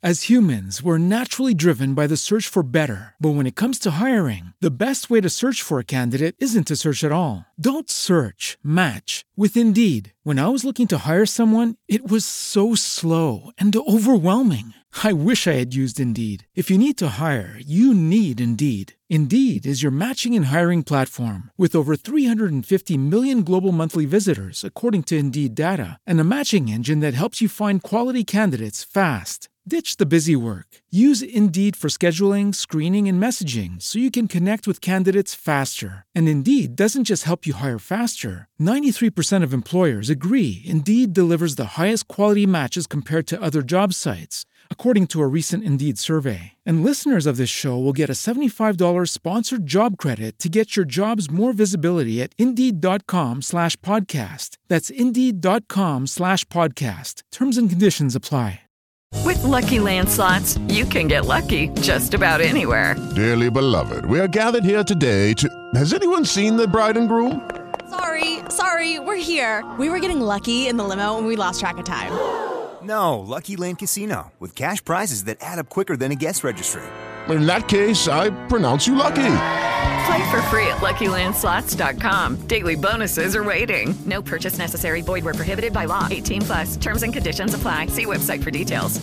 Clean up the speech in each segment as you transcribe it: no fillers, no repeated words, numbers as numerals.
As humans, we're naturally driven by the search for better. But when it comes to hiring, the best way to search for a candidate isn't to search at all. Don't search, match with Indeed. When I was looking to hire someone, it was so slow and overwhelming. I wish I had used Indeed. If you need to hire, you need Indeed. Indeed is your matching and hiring platform with over 350 million global monthly visitors, according to Indeed data, and a matching engine that helps you find quality candidates fast. Ditch the busy work. Use Indeed for scheduling, screening, and messaging so you can connect with candidates faster. And Indeed doesn't just help you hire faster. 93% of employers agree Indeed delivers the highest quality matches compared to other job sites, according to a recent Indeed survey. And listeners of this show will get a $75 sponsored job credit to get your jobs more visibility at Indeed.com/podcast. That's Indeed.com/podcast. Terms and conditions apply. With Lucky Land Slots, you can get lucky just about anywhere. Dearly beloved, we are gathered here today to... Has anyone seen the bride and groom? Sorry, we're here. We were getting lucky in the limo and we lost track of time. No, Lucky Land Casino, with cash prizes that add up quicker than a guest registry. In that case, I pronounce you lucky. Play for free at LuckyLandSlots.com. Daily bonuses are waiting. No purchase necessary. Void where prohibited by law. 18+. Terms and conditions apply. See website for details.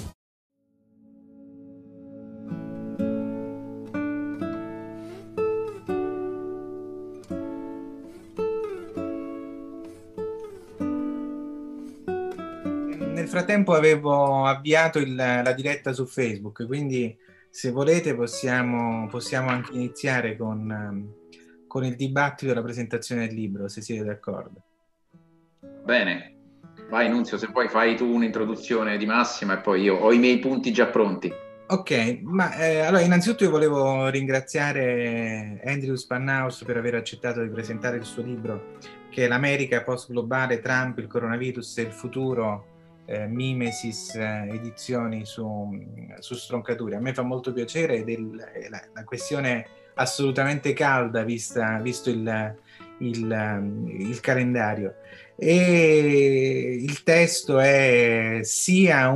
Nel frattempo avevo avviato la diretta su Facebook, quindi se volete possiamo anche iniziare con il dibattito e la presentazione del libro, se siete d'accordo. Bene, vai Nunzio, se poi fai tu un'introduzione di massima e poi io ho i miei punti già pronti. Ok, allora innanzitutto io volevo ringraziare Andrew Spanhaus per aver accettato di presentare il suo libro, che è L'America post-globale, Trump, il coronavirus e il futuro, Mimesis edizioni su Stroncature. A me fa molto piacere ed è la questione assolutamente calda visto il calendario, e il testo è sia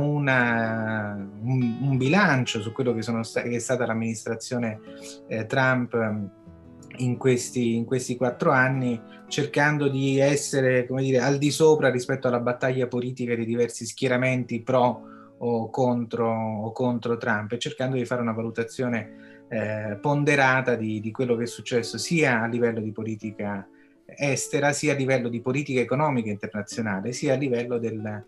un bilancio su quello che è stata l'amministrazione Trump in questi 4 anni, cercando di essere, come dire, al di sopra rispetto alla battaglia politica dei diversi schieramenti pro o contro Trump, e cercando di fare una valutazione ponderata di quello che è successo sia a livello di politica estera, sia a livello di politica economica internazionale, sia a livello del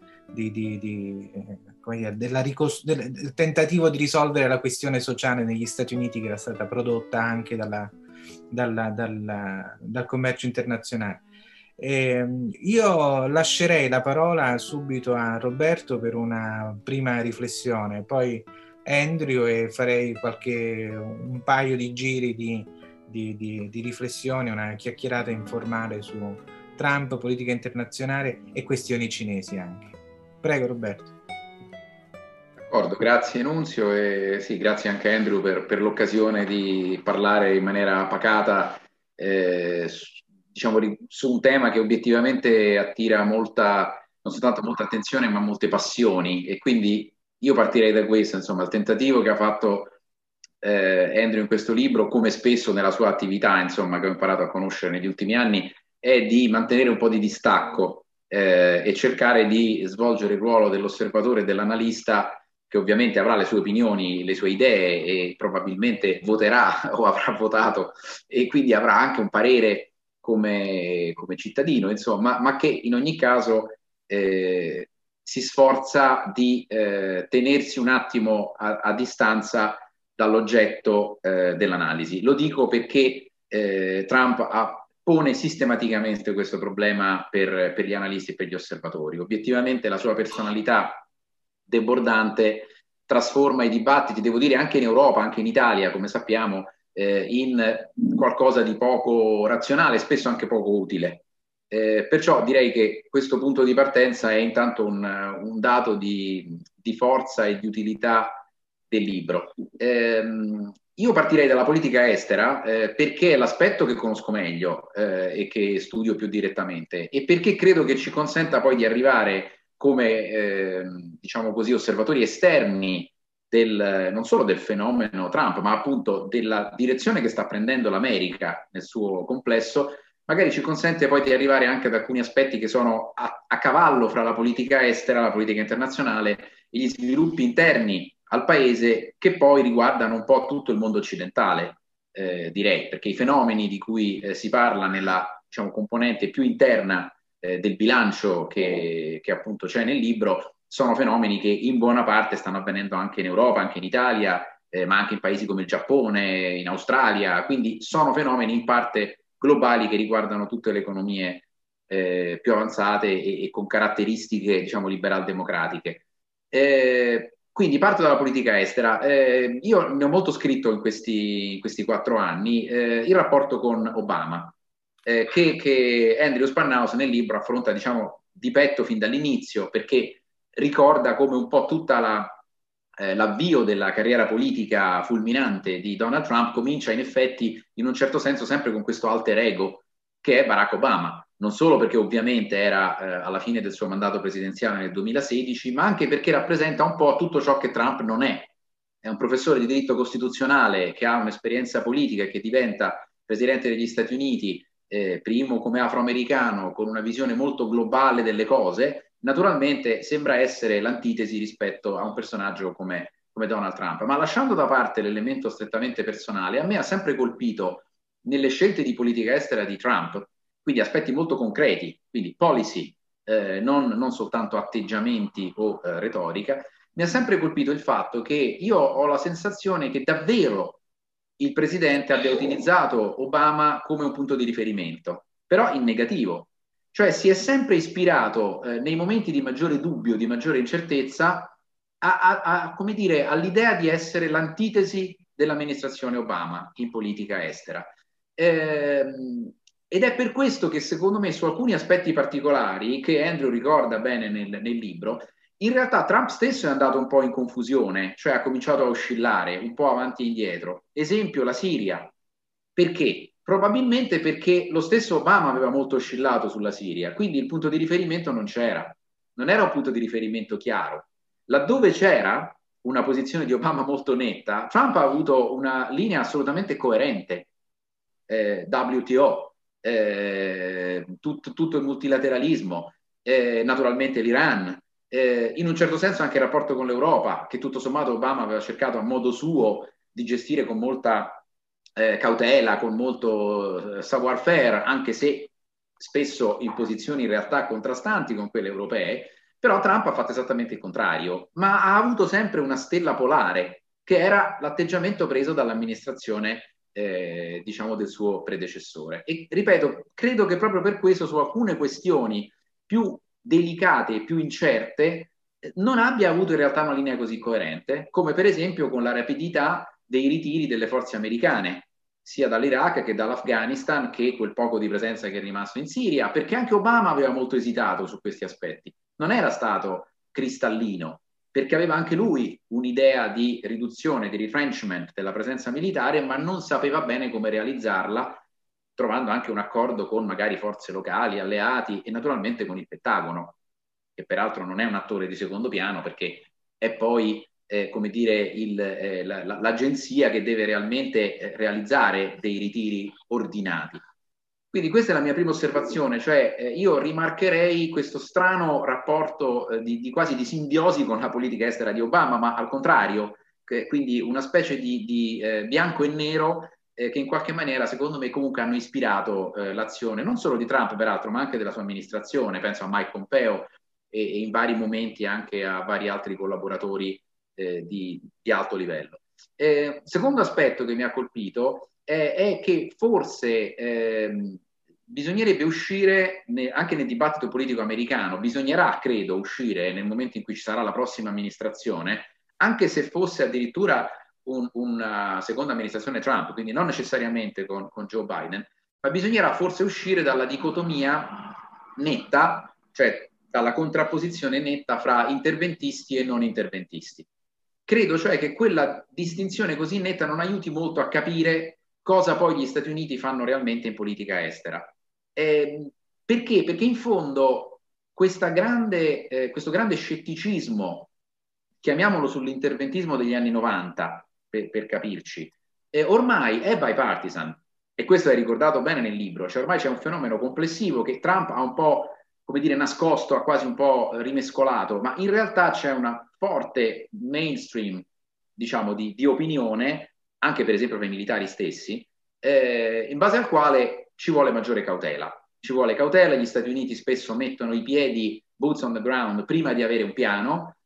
tentativo di risolvere la questione sociale negli Stati Uniti, che era stata prodotta anche dal commercio internazionale. Io lascerei la parola subito a Roberto per una prima riflessione, poi Andrew, e farei un paio di giri di riflessione, una chiacchierata informale su Trump, politica internazionale e questioni cinesi anche. Prego Roberto. D'accordo, grazie Nunzio, e sì, grazie anche Andrew per l'occasione di parlare in maniera pacata su un tema che obiettivamente attira non soltanto molta attenzione ma molte passioni, e quindi io partirei da questo, insomma, il tentativo che ha fatto Andrew in questo libro, come spesso nella sua attività, insomma, che ho imparato a conoscere negli ultimi anni, è di mantenere un po' di distacco e cercare di svolgere il ruolo dell'osservatore e dell'analista, che ovviamente avrà le sue opinioni, le sue idee e probabilmente voterà o avrà votato, e quindi avrà anche un parere come cittadino, insomma, ma che in ogni caso si sforza di tenersi un attimo a distanza dall'oggetto dell'analisi. Lo dico perché Trump pone sistematicamente questo problema per gli analisti e per gli osservatori. Obiettivamente la sua personalità debordante trasforma i dibattiti, devo dire anche in Europa, anche in Italia, come sappiamo, in qualcosa di poco razionale, spesso anche poco utile. Perciò direi che questo punto di partenza è intanto un dato di forza e di utilità del libro. Io partirei dalla politica estera perché è l'aspetto che conosco meglio e che studio più direttamente, e perché credo che ci consenta poi di arrivare come diciamo così, osservatori esterni non solo del fenomeno Trump, ma appunto della direzione che sta prendendo l'America nel suo complesso, magari ci consente poi di arrivare anche ad alcuni aspetti che sono a cavallo fra la politica estera, la politica internazionale e gli sviluppi interni al paese, che poi riguardano un po' tutto il mondo occidentale, direi, perché i fenomeni di cui si parla nella, diciamo, componente più interna del bilancio che appunto c'è nel libro sono fenomeni che in buona parte stanno avvenendo anche in Europa, anche in Italia, ma anche in paesi come il Giappone, in Australia, quindi sono fenomeni in parte globali che riguardano tutte le economie più avanzate e con caratteristiche, diciamo, liberal-democratiche. Quindi parto dalla politica estera. Io ne ho molto scritto in questi 4 anni, il rapporto con Obama, che Andrew Spannaus nel libro affronta, diciamo, di petto fin dall'inizio, perché ricorda come un po' tutta l'avvio della carriera politica fulminante di Donald Trump comincia in effetti in un certo senso sempre con questo alter ego che è Barack Obama, non solo perché ovviamente era alla fine del suo mandato presidenziale nel 2016, ma anche perché rappresenta un po' tutto ciò che Trump non è. È un professore di diritto costituzionale che ha un'esperienza politica e che diventa presidente degli Stati Uniti, primo come afroamericano, con una visione molto globale delle cose. Naturalmente sembra essere l'antitesi rispetto a un personaggio come Donald Trump, ma lasciando da parte l'elemento strettamente personale, a me ha sempre colpito nelle scelte di politica estera di Trump, quindi aspetti molto concreti, quindi policy, non soltanto atteggiamenti o retorica, mi ha sempre colpito il fatto che io ho la sensazione che davvero il presidente abbia utilizzato Obama come un punto di riferimento, però in negativo. Cioè si è sempre ispirato nei momenti di maggiore dubbio, di maggiore incertezza, come dire, all'idea di essere l'antitesi dell'amministrazione Obama in politica estera. Ed è per questo che secondo me su alcuni aspetti particolari, che Andrew ricorda bene nel libro, in realtà Trump stesso è andato un po' in confusione, cioè ha cominciato a oscillare un po' avanti e indietro. Esempio, la Siria. Perché? Probabilmente perché lo stesso Obama aveva molto oscillato sulla Siria, quindi il punto di riferimento non c'era, non era un punto di riferimento chiaro. Laddove c'era una posizione di Obama molto netta, Trump ha avuto una linea assolutamente coerente, WTO, tutto il multilateralismo, naturalmente l'Iran, in un certo senso anche il rapporto con l'Europa, che tutto sommato Obama aveva cercato a modo suo di gestire con molta cautela, con molto savoir-faire, anche se spesso in posizioni in realtà contrastanti con quelle europee. Però Trump ha fatto esattamente il contrario, ma ha avuto sempre una stella polare, che era l'atteggiamento preso dall'amministrazione diciamo del suo predecessore. E ripeto, credo che proprio per questo su alcune questioni più delicate e più incerte non abbia avuto in realtà una linea così coerente, come per esempio con la rapidità dei ritiri delle forze americane, sia dall'Iraq che dall'Afghanistan, che quel poco di presenza che è rimasto in Siria, perché anche Obama aveva molto esitato su questi aspetti. Non era stato cristallino, perché aveva anche lui un'idea di riduzione, di retrenchment della presenza militare, ma non sapeva bene come realizzarla, trovando anche un accordo con magari forze locali, alleati e naturalmente con il Pentagono, che peraltro non è un attore di secondo piano, perché è poi come dire, l'agenzia che deve realmente realizzare dei ritiri ordinati. Quindi questa è la mia prima osservazione, cioè io rimarcherei questo strano rapporto di quasi di simbiosi con la politica estera di Obama, ma al contrario, quindi una specie di bianco e nero che in qualche maniera, secondo me, comunque hanno ispirato l'azione non solo di Trump, peraltro, ma anche della sua amministrazione. Penso a Mike Pompeo e in vari momenti anche a vari altri collaboratori di alto livello. Secondo aspetto che mi ha colpito è che forse bisognerebbe uscire, anche nel dibattito politico americano, bisognerà, credo, uscire nel momento in cui ci sarà la prossima amministrazione, anche se fosse addirittura una seconda amministrazione Trump, quindi non necessariamente con Joe Biden, ma bisognerà forse uscire dalla dicotomia netta, cioè dalla contrapposizione netta fra interventisti e non interventisti. Credo cioè che quella distinzione così netta non aiuti molto a capire cosa poi gli Stati Uniti fanno realmente in politica estera. Perché? Perché in fondo questo grande scetticismo chiamiamolo sull'interventismo degli anni 90, per capirci, ormai è bipartisan, e questo è ricordato bene nel libro, cioè ormai c'è un fenomeno complessivo che Trump ha un po', come dire, nascosto, ha quasi un po' rimescolato, ma in realtà c'è una forte mainstream, diciamo, di opinione, anche per esempio per i militari stessi, in base al quale ci vuole maggiore cautela. Ci vuole cautela, gli Stati Uniti spesso mettono i piedi, boots on the ground, prima di avere un piano,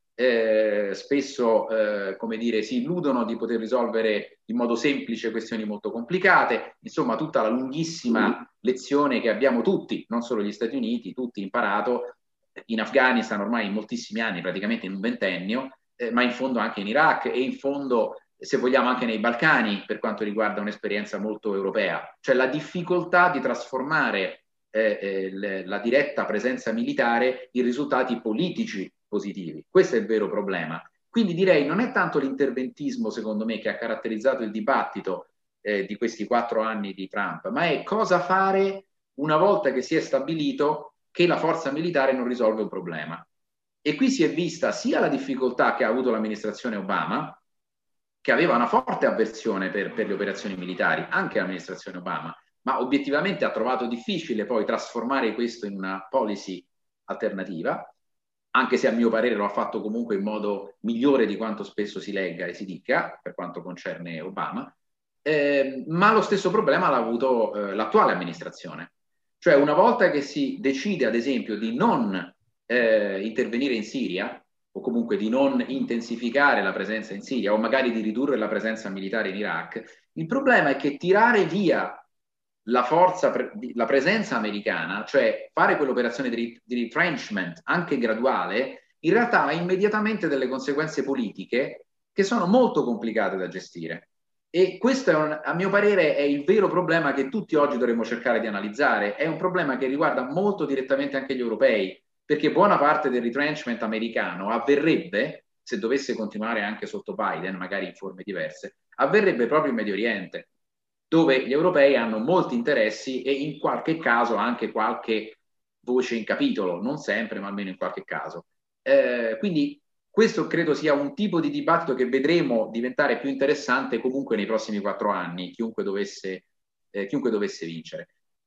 spesso come dire, si illudono di poter risolvere in modo semplice questioni molto complicate, insomma tutta la lunghissima lezione che abbiamo tutti, non solo gli Stati Uniti, tutti imparato in Afghanistan ormai in moltissimi anni, praticamente in un ventennio, ma in fondo anche in Iraq e in fondo, se vogliamo, anche nei Balcani, per quanto riguarda un'esperienza molto europea, cioè la difficoltà di trasformare la diretta presenza militare in risultati politici positivi. Questo è il vero problema. Quindi direi non è tanto l'interventismo, secondo me, che ha caratterizzato il dibattito di questi 4 anni di Trump, ma è cosa fare una volta che si è stabilito che la forza militare non risolve un problema. E qui si è vista sia la difficoltà che ha avuto l'amministrazione Obama, che aveva una forte avversione per le operazioni militari, anche l'amministrazione Obama, ma obiettivamente ha trovato difficile poi trasformare questo in una policy alternativa, anche se a mio parere lo ha fatto comunque in modo migliore di quanto spesso si legga e si dica, per quanto concerne Obama, ma lo stesso problema l'ha avuto l'attuale amministrazione. Cioè una volta che si decide ad esempio di non intervenire in Siria, o comunque di non intensificare la presenza in Siria, o magari di ridurre la presenza militare in Iraq, il problema è che tirare via la forza, la presenza americana, cioè fare quell'operazione di retrenchment anche graduale, in realtà ha immediatamente delle conseguenze politiche che sono molto complicate da gestire. E questo è a mio parere è il vero problema che tutti oggi dovremmo cercare di analizzare. È un problema che riguarda molto direttamente anche gli europei, perché buona parte del retrenchment americano avverrebbe, se dovesse continuare anche sotto Biden, magari in forme diverse, avverrebbe proprio in Medio Oriente, dove gli europei hanno molti interessi e in qualche caso anche qualche voce in capitolo, non sempre, ma almeno in qualche caso. Quindi questo credo sia un tipo di dibattito che vedremo diventare più interessante comunque nei prossimi 4 anni, chiunque dovesse vincere.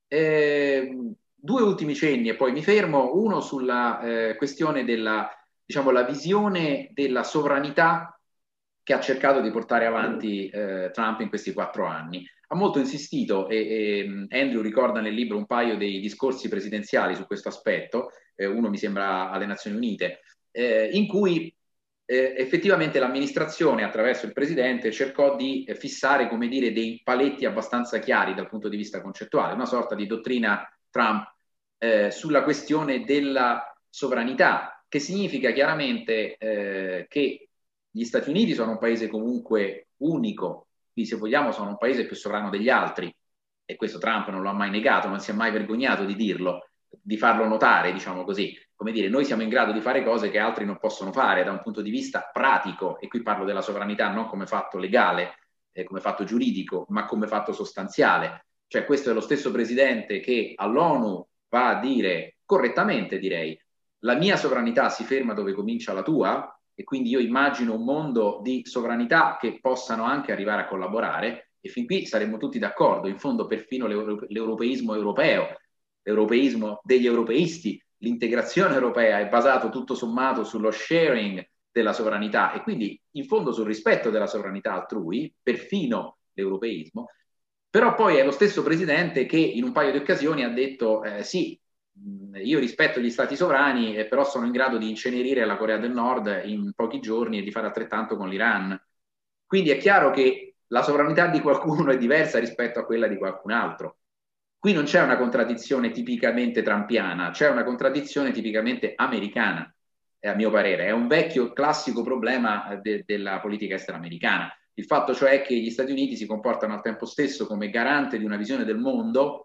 2 ultimi cenni e poi mi fermo. Uno sulla questione della, diciamo, la visione della sovranità che ha cercato di portare avanti Trump in questi 4 anni. Ha molto insistito e Andrew ricorda nel libro un paio dei discorsi presidenziali su questo aspetto, uno mi sembra alle Nazioni Unite, in cui effettivamente l'amministrazione attraverso il presidente cercò di fissare, come dire, dei paletti abbastanza chiari dal punto di vista concettuale, una sorta di dottrina Trump sulla questione della sovranità, che significa chiaramente che gli Stati Uniti sono un paese comunque unico, quindi se vogliamo sono un paese più sovrano degli altri, e questo Trump non lo ha mai negato, non si è mai vergognato di dirlo, di farlo notare, diciamo così. Come dire, noi siamo in grado di fare cose che altri non possono fare da un punto di vista pratico, e qui parlo della sovranità non come fatto legale, come fatto giuridico, ma come fatto sostanziale. Cioè questo è lo stesso presidente che all'ONU va a dire, correttamente direi, la mia sovranità si ferma dove comincia la tua, e quindi io immagino un mondo di sovranità che possano anche arrivare a collaborare, e fin qui saremmo tutti d'accordo. In fondo perfino l'europeismo europeo, l'europeismo degli europeisti, l'integrazione europea è basato tutto sommato sullo sharing della sovranità e quindi in fondo sul rispetto della sovranità altrui, perfino l'europeismo. Però poi è lo stesso presidente che in un paio di occasioni ha detto sì, io rispetto gli stati sovrani, però sono in grado di incenerire la Corea del Nord in pochi giorni e di fare altrettanto con l'Iran. Quindi è chiaro che la sovranità di qualcuno è diversa rispetto a quella di qualcun altro. Qui non c'è una contraddizione tipicamente trampiana, c'è una contraddizione tipicamente americana, a mio parere. È un vecchio classico problema della politica estera americana. Il fatto cioè che gli Stati Uniti si comportano al tempo stesso come garante di una visione del mondo,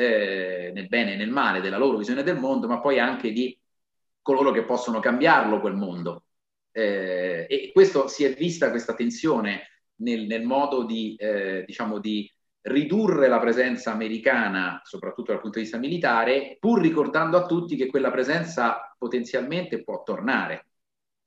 nel bene e nel male della loro visione del mondo, ma poi anche di coloro che possono cambiarlo quel mondo. E questo si è vista, questa tensione nel modo di, diciamo, di ridurre la presenza americana, soprattutto dal punto di vista militare, pur ricordando a tutti che quella presenza potenzialmente può tornare.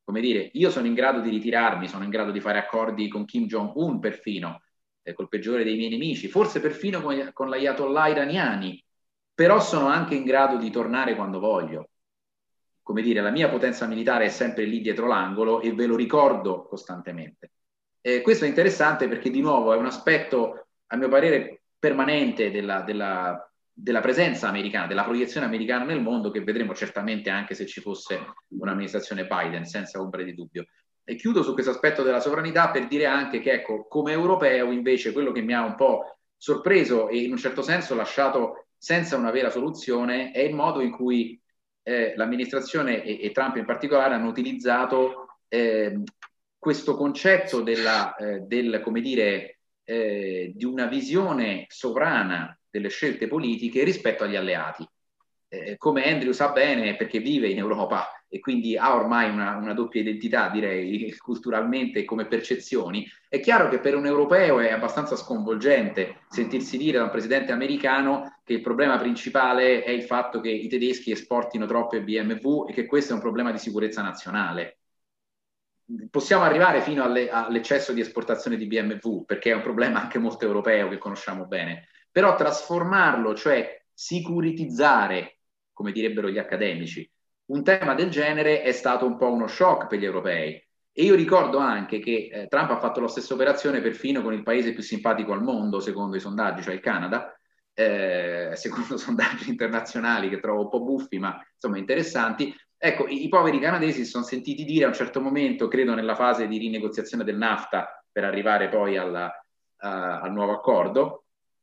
come dire, io sono in grado di ritirarmi, sono in grado di fare accordi con Kim Jong-un perfino, col peggiore dei miei nemici, forse perfino con l'ayatollah iraniani, però sono anche in grado di tornare quando voglio. Come dire, la mia potenza militare è sempre lì dietro l'angolo e ve lo ricordo costantemente. Questo è interessante perché di nuovo è un aspetto, a mio parere, permanente della presenza americana, della proiezione americana nel mondo, che vedremo certamente anche se ci fosse un'amministrazione Biden, senza ombra di dubbio. E chiudo su questo aspetto della sovranità per dire anche che, ecco, come europeo invece quello che mi ha un po' sorpreso e in un certo senso lasciato senza una vera soluzione è il modo in cui l'amministrazione e Trump in particolare hanno utilizzato questo concetto come dire, di una visione sovrana delle scelte politiche rispetto agli alleati. Come Andrew sa bene, perché vive in Europa e quindi ha ormai una doppia identità, direi, culturalmente come percezioni, è chiaro che per un europeo è abbastanza sconvolgente sentirsi dire da un presidente americano che il problema principale è il fatto che i tedeschi esportino troppe BMW e che questo è un problema di sicurezza nazionale. Possiamo arrivare fino all'eccesso di esportazione di BMW, perché è un problema anche molto europeo che conosciamo bene, però trasformarlo, cioè sicuritizzare, come direbbero gli accademici, un tema del genere è stato un po' uno shock per gli europei. E io ricordo anche che Trump ha fatto la stessa operazione perfino con il paese più simpatico al mondo, secondo i sondaggi, cioè il Canada, secondo sondaggi internazionali che trovo un po' buffi, ma insomma interessanti. Ecco, i poveri canadesi si sono sentiti dire a un certo momento, credo nella fase di rinegoziazione del NAFTA, per arrivare poi al nuovo accordo,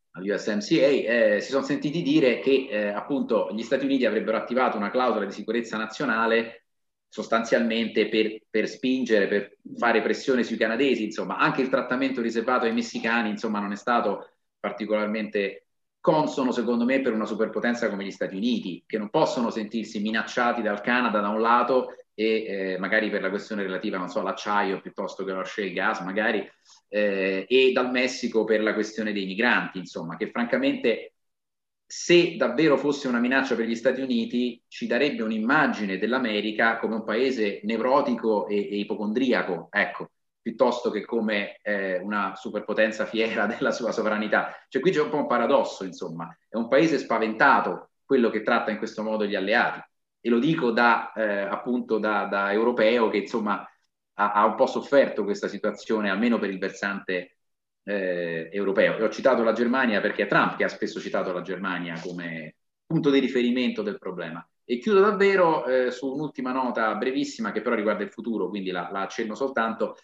USMCA, si sono sentiti dire che appunto gli Stati Uniti avrebbero attivato una clausola di sicurezza nazionale sostanzialmente per spingere, per fare pressione sui canadesi. Insomma, anche il trattamento riservato ai messicani, insomma, non è stato particolarmente consono, secondo me, per una superpotenza come gli Stati Uniti, che non possono sentirsi minacciati dal Canada da un lato e magari per la questione relativa, non so, all'acciaio piuttosto che allo shale gas, magari, e dal Messico per la questione dei migranti, insomma, che francamente, se davvero fosse una minaccia per gli Stati Uniti, ci darebbe un'immagine dell'America come un paese nevrotico e ipocondriaco, ecco, piuttosto che come una superpotenza fiera della sua sovranità. Cioè qui c'è un po' un paradosso, insomma, è un paese spaventato quello che tratta in questo modo gli alleati, e lo dico appunto da europeo che insomma ha un po' sofferto questa situazione, almeno per il versante europeo. E ho citato la Germania perché è Trump che ha spesso citato la Germania come punto di riferimento del problema. E chiudo davvero su un'ultima nota brevissima che però riguarda il futuro, quindi la accenno soltanto.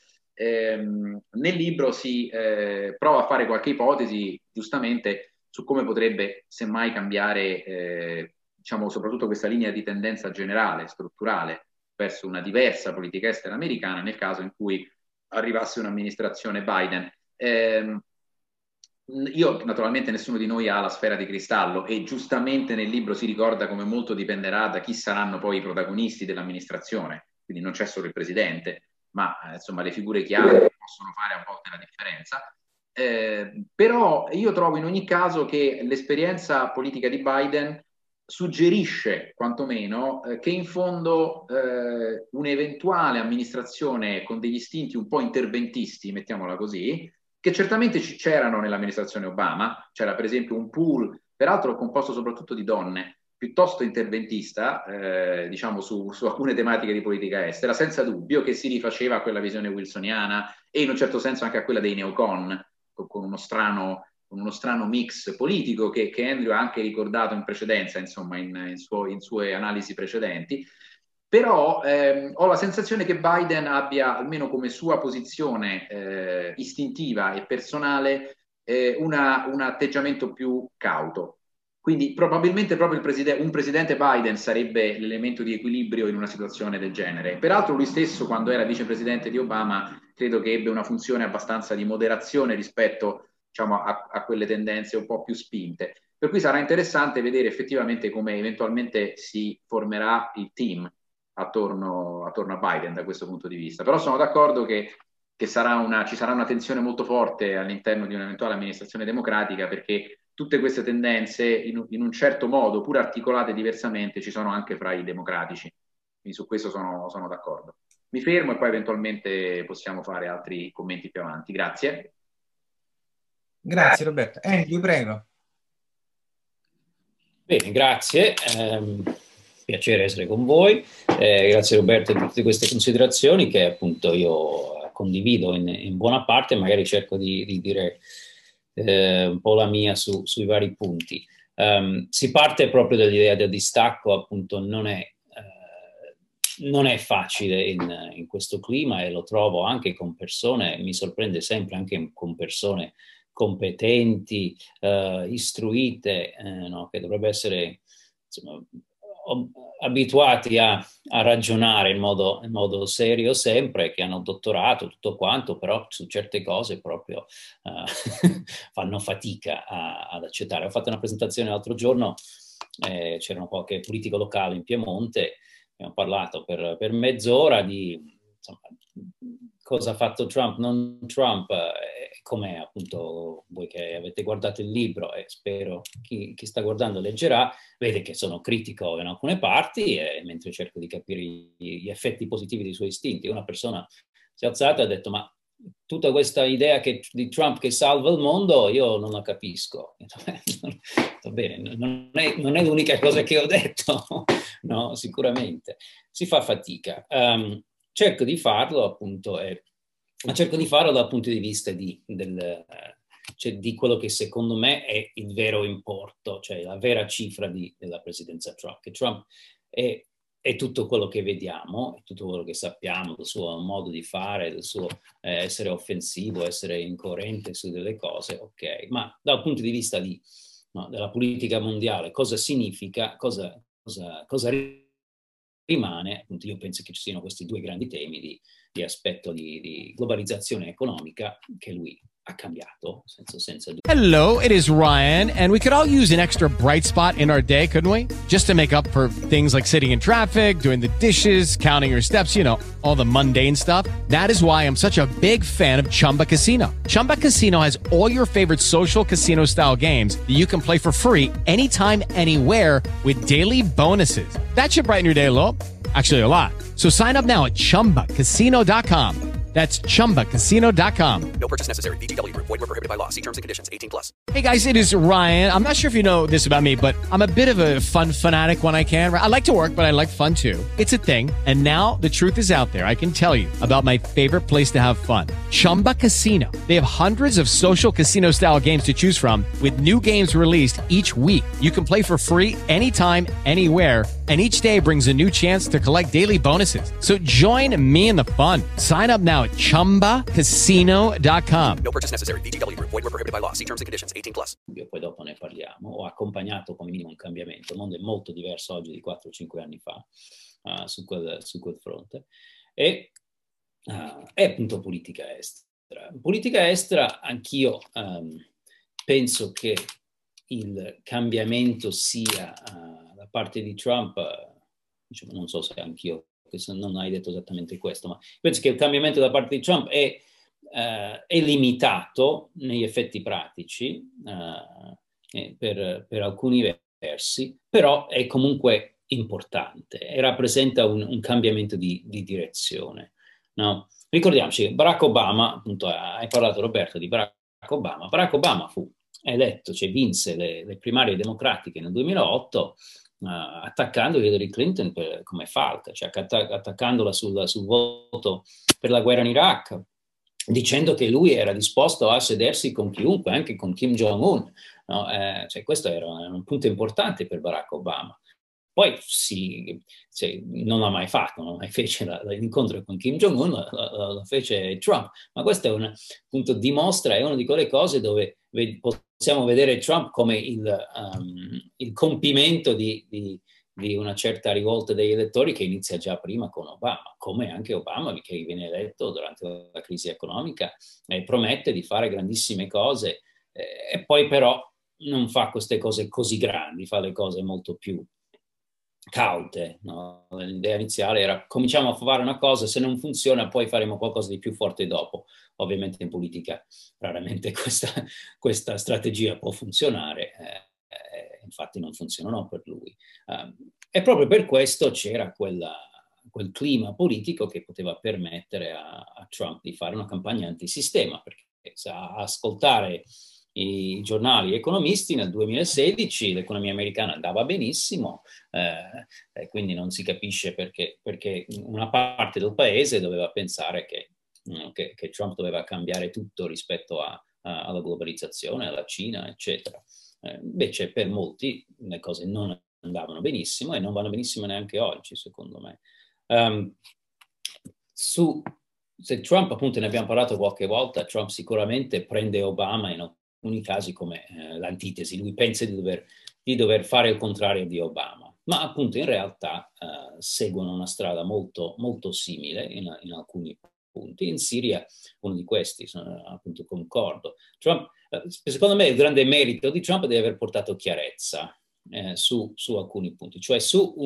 Nel libro si prova a fare qualche ipotesi, giustamente, su come potrebbe semmai cambiare, diciamo, soprattutto questa linea di tendenza generale, strutturale, verso una diversa politica estera americana nel caso in cui arrivasse un'amministrazione Biden. Io, naturalmente, nessuno di noi ha la sfera di cristallo e giustamente nel libro si ricorda come molto dipenderà da chi saranno poi i protagonisti dell'amministrazione, quindi non c'è solo il presidente, ma insomma le figure chiave che possono fare a volte la differenza. Però io trovo in ogni caso che l'esperienza politica di Biden suggerisce quantomeno che in fondo un'eventuale amministrazione con degli istinti un po' interventisti, mettiamola così, che certamente c'erano nell'amministrazione Obama, c'era per esempio un pool, peraltro composto soprattutto di donne, piuttosto interventista, diciamo, su alcune tematiche di politica estera, senza dubbio che si rifaceva a quella visione wilsoniana e in un certo senso anche a quella dei neocon, con uno strano mix politico che Andrew ha anche ricordato in precedenza, insomma, in sue analisi precedenti. Però ho la sensazione che Biden abbia, almeno come sua posizione istintiva e personale, un atteggiamento più cauto. Quindi probabilmente proprio un presidente Biden sarebbe l'elemento di equilibrio in una situazione del genere. Peraltro lui stesso, quando era vicepresidente di Obama, credo che ebbe una funzione abbastanza di moderazione rispetto, diciamo, a quelle tendenze un po' più spinte. Per cui sarà interessante vedere effettivamente come eventualmente si formerà il team attorno a Biden da questo punto di vista. Però sono d'accordo che ci sarà una tensione molto forte all'interno di un'eventuale amministrazione democratica, perché tutte queste tendenze, in un certo modo, pur articolate diversamente, ci sono anche fra i democratici. Quindi su questo sono d'accordo. mi fermo e poi eventualmente possiamo fare altri commenti più avanti. Grazie. Grazie Roberto. Andrew, prego. Bene, grazie. Piacere essere con voi. Grazie Roberto per tutte queste considerazioni che appunto io condivido in buona parte, magari cerco di dire un po' la mia sui vari punti. Si parte proprio dall'idea del distacco, appunto non è facile in questo clima, e lo trovo anche con persone, mi sorprende sempre anche con persone competenti, istruite, no? Che dovrebbe essere, insomma, abituati a ragionare in modo serio sempre, che hanno dottorato, tutto quanto, però su certe cose proprio fanno fatica ad accettare. Ho fatto una presentazione l'altro giorno, c'erano qualche politico locale in Piemonte, abbiamo parlato per mezz'ora di, insomma, cosa ha fatto Trump, non Trump, come appunto voi che avete guardato il libro, e spero chi sta guardando leggerà, vede che sono critico in alcune parti, mentre cerco di capire gli effetti positivi dei suoi istinti. Una persona si è alzata e ha detto: ma tutta questa idea di Trump che salva il mondo, io non la capisco. Va bene, non è l'unica cosa che ho detto, no, sicuramente. Si fa fatica. Cerco di farlo appunto, cerco di farlo dal punto di vista cioè di quello che secondo me è il vero importo, cioè la vera cifra della presidenza Trump. Che Trump è tutto quello che vediamo, è tutto quello che sappiamo del suo modo di fare, del suo essere offensivo, essere incoerente su delle cose, ok, ma dal punto di vista della politica mondiale, cosa significa, cosa rimane, appunto. Io penso che ci siano questi due grandi temi di aspetto di globalizzazione economica che lui ha cambiato senza dubbio. Hello, it is Ryan, and we could all use an extra bright spot in our day, couldn't we? Just to make up for things like sitting in traffic, doing the dishes, counting your steps, you know, all the mundane stuff. That is why I'm such a big fan of Chumba Casino. Chumba Casino has all your favorite social casino-style games that you can play for free anytime, anywhere with daily bonuses. That should brighten your day a little. Actually, a lot. So sign up now at ChumbaCasino.com. That's ChumbaCasino.com. No purchase necessary. VGW Group. Void where prohibited by law. See terms and conditions. 18+. Hey guys, it is Ryan. I'm not sure if you know this about me, but I'm a bit of a fun fanatic when I can. I like to work, but I like fun too. It's a thing. And now the truth is out there. I can tell you about my favorite place to have fun. Chumba Casino. They have hundreds of social casino style games to choose from with new games released each week. You can play for free anytime, anywhere. And each day brings a new chance to collect daily bonuses. So join me in the fun. Sign up now at ChumbaCasino.com. No purchase necessary. VGW Group. Void where prohibited by law. See terms and conditions. 18+. Poi dopo ne parliamo. Ho accompagnato come minimo un cambiamento. Il mondo è molto diverso oggi di 4-5 anni fa su quel fronte. E appunto politica estera. Politica estera, anch'io penso che il cambiamento sia da parte di Trump, diciamo, non so se anch'io, non hai detto esattamente questo, ma penso che il cambiamento da parte di Trump è limitato negli effetti pratici per alcuni versi, però è comunque importante e rappresenta un cambiamento di direzione. No? Ricordiamoci che Barack Obama, appunto, hai parlato Roberto di Barack Obama fu eletto, cioè vinse le primarie democratiche nel 2008 attaccando Hillary Clinton come falca, cioè attaccandola sul voto per la guerra in Iraq, dicendo che lui era disposto a sedersi con chiunque, anche con Kim Jong-un. No? Cioè questo era un punto importante per Barack Obama. Poi non l'ha mai fatto, non mai fece l'incontro con Kim Jong-un, lo fece Trump. Ma questo è appunto dimostra, è una di quelle cose dove possiamo vedere Trump come il compimento di una certa rivolta degli elettori che inizia già prima con Obama, come anche Obama, che viene eletto durante la crisi economica, promette di fare grandissime cose e poi però non fa queste cose così grandi, fa le cose molto più caute. No? L'idea iniziale era: cominciamo a fare una cosa, se non funziona poi faremo qualcosa di più forte dopo. Ovviamente in politica raramente questa strategia può funzionare, infatti non funzionò per lui. E proprio per questo c'era quel clima politico che poteva permettere a Trump di fare una campagna antisistema, perché a ascoltare i giornali economisti nel 2016 l'economia americana andava benissimo, e quindi non si capisce perché una parte del paese doveva pensare che Trump doveva cambiare tutto rispetto alla globalizzazione, alla Cina, eccetera. Invece per molti le cose non andavano benissimo e non vanno benissimo neanche oggi, secondo me. Se Trump, appunto, ne abbiamo parlato qualche volta, Trump sicuramente prende Obama in alcuni casi come l'antitesi. Lui pensa di dover fare il contrario di Obama, ma appunto in realtà seguono una strada molto, molto simile in alcuni punti. In Siria, uno di questi, appunto, concordo. Trump, secondo me il grande merito di Trump è di aver portato chiarezza su alcuni punti, cioè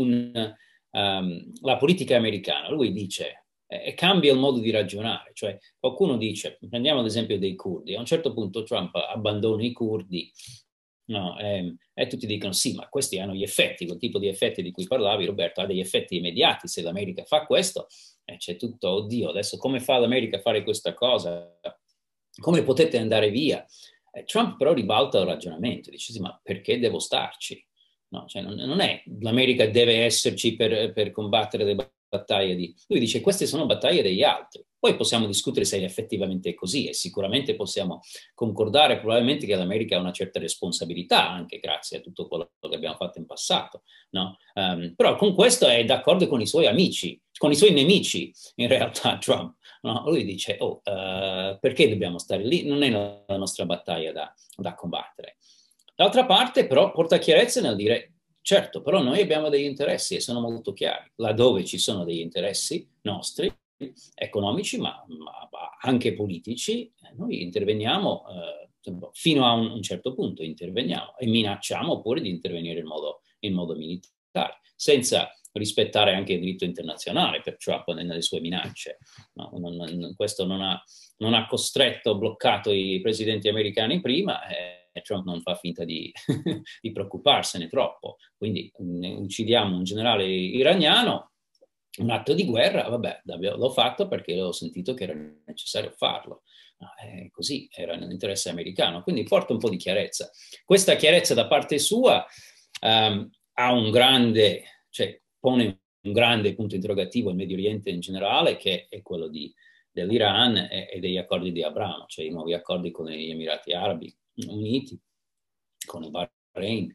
la politica americana. Lui dice e cambia il modo di ragionare, cioè qualcuno dice, prendiamo l'esempio dei curdi, a un certo punto Trump abbandona i curdi, no, e tutti dicono sì, ma questi hanno gli effetti, quel tipo di effetti di cui parlavi, Roberto, ha degli effetti immediati. Se l'America fa questo, c'è tutto, oddio, adesso come fa l'America a fare questa cosa? Come potete andare via? Trump però ribalta il ragionamento, dice sì, ma perché devo starci? No, cioè non è l'America deve esserci per combattere le battaglie di... Lui dice queste sono battaglie degli altri. Poi possiamo discutere se effettivamente è così e sicuramente possiamo concordare probabilmente che l'America ha una certa responsabilità anche grazie a tutto quello che abbiamo fatto in passato, no? Però con questo è d'accordo con i suoi amici, con i suoi nemici in realtà Trump. No? Lui dice perché dobbiamo stare lì? Non è la nostra battaglia da combattere. D'altra parte però porta chiarezza nel dire certo, però noi abbiamo degli interessi e sono molto chiari. Laddove ci sono degli interessi nostri, economici, ma anche politici, noi interveniamo fino a un certo punto, interveniamo e minacciamo pure di intervenire in modo militare, senza rispettare anche il diritto internazionale per Trump nelle sue minacce. No, questo non ha costretto, bloccato i presidenti americani prima, Trump non fa finta di preoccuparsene troppo. Quindi uccidiamo un generale iraniano, un atto di guerra, vabbè, l'ho fatto perché ho sentito che era necessario farlo. Così era nell'interesse americano. Quindi porta un po' di chiarezza. Questa chiarezza da parte sua ha un grande, cioè pone un grande punto interrogativo al Medio Oriente in generale, che è quello dell'Iran e degli accordi di Abramo, cioè i nuovi accordi con gli Emirati Arabi Uniti, con il Bahrain,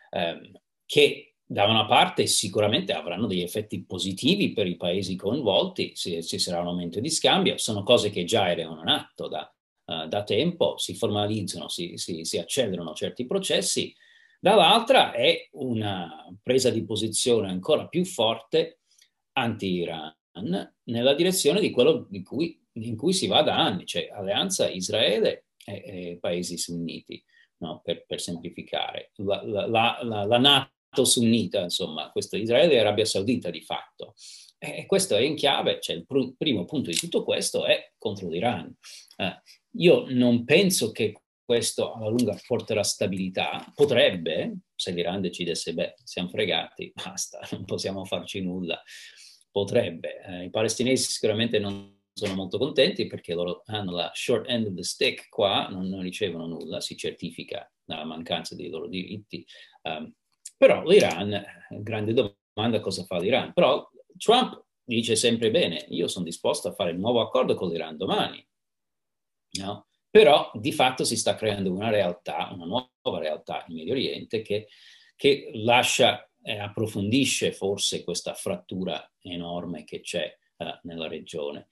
che da una parte sicuramente avranno degli effetti positivi per i paesi coinvolti, ci sarà un aumento di scambio, sono cose che già erano in atto da tempo, si formalizzano, si accelerano certi processi. Dall'altra è una presa di posizione ancora più forte anti-Iran nella direzione di quello in cui si va da anni, cioè alleanza Israele e paesi sunniti, no? per semplificare. La NATO sunnita, insomma, questo Israele e Arabia Saudita di fatto. E questo è in chiave, cioè il primo punto di tutto questo è contro l'Iran. Io non penso che questo alla lunga porterà stabilità. Potrebbe, se l'Iran decidesse, beh, siamo fregati, basta, non possiamo farci nulla. Potrebbe. I palestinesi sicuramente non sono molto contenti perché loro hanno la short end of the stick qua, non ricevono nulla, si certifica la mancanza dei loro diritti. Però l'Iran, grande domanda, cosa fa l'Iran? Però Trump dice sempre bene, io sono disposto a fare il nuovo accordo con l'Iran domani, no? Però di fatto si sta creando una nuova realtà in Medio Oriente che lascia e approfondisce forse questa frattura enorme che c'è nella regione.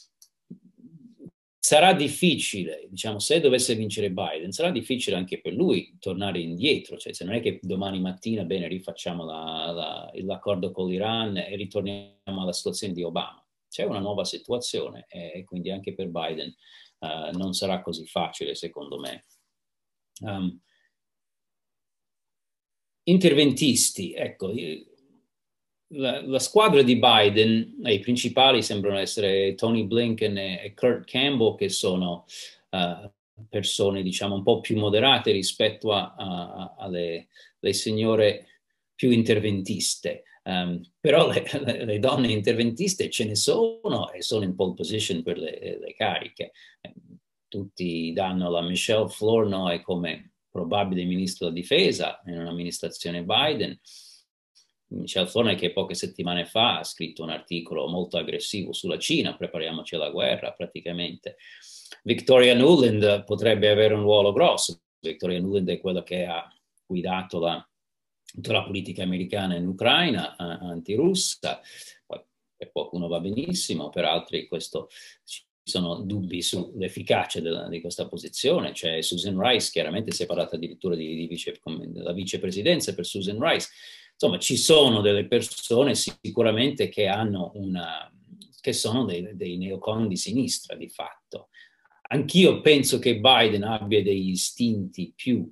Sarà difficile, diciamo, se dovesse vincere Biden, sarà difficile anche per lui tornare indietro, cioè se non è che domani mattina, bene, rifacciamo l'accordo con l'Iran e ritorniamo alla situazione di Obama. C'è una nuova situazione e quindi anche per Biden non sarà così facile, secondo me. Interventisti, ecco, la squadra di Biden, i principali sembrano essere Tony Blinken e Kurt Campbell, che sono persone, diciamo, un po' più moderate rispetto alle signore più interventiste. Però le donne interventiste ce ne sono e sono in pole position per le cariche. Tutti danno la Michelle Flournoy come probabile ministro della difesa in un'amministrazione Biden. Michelle Flournoy, che poche settimane fa ha scritto un articolo molto aggressivo sulla Cina, prepariamoci alla guerra praticamente. Victoria Nuland potrebbe avere un ruolo grosso. Victoria Nuland è quella che ha guidato tutta la politica americana in Ucraina, antirussa. Poi per qualcuno va benissimo, per altri ci sono dubbi sull'efficacia di questa posizione. C'è Susan Rice, chiaramente si è parlato addirittura della vicepresidenza per Susan Rice. Insomma, ci sono delle persone sicuramente che sono dei neocon di sinistra, di fatto. Anch'io penso che Biden abbia degli istinti più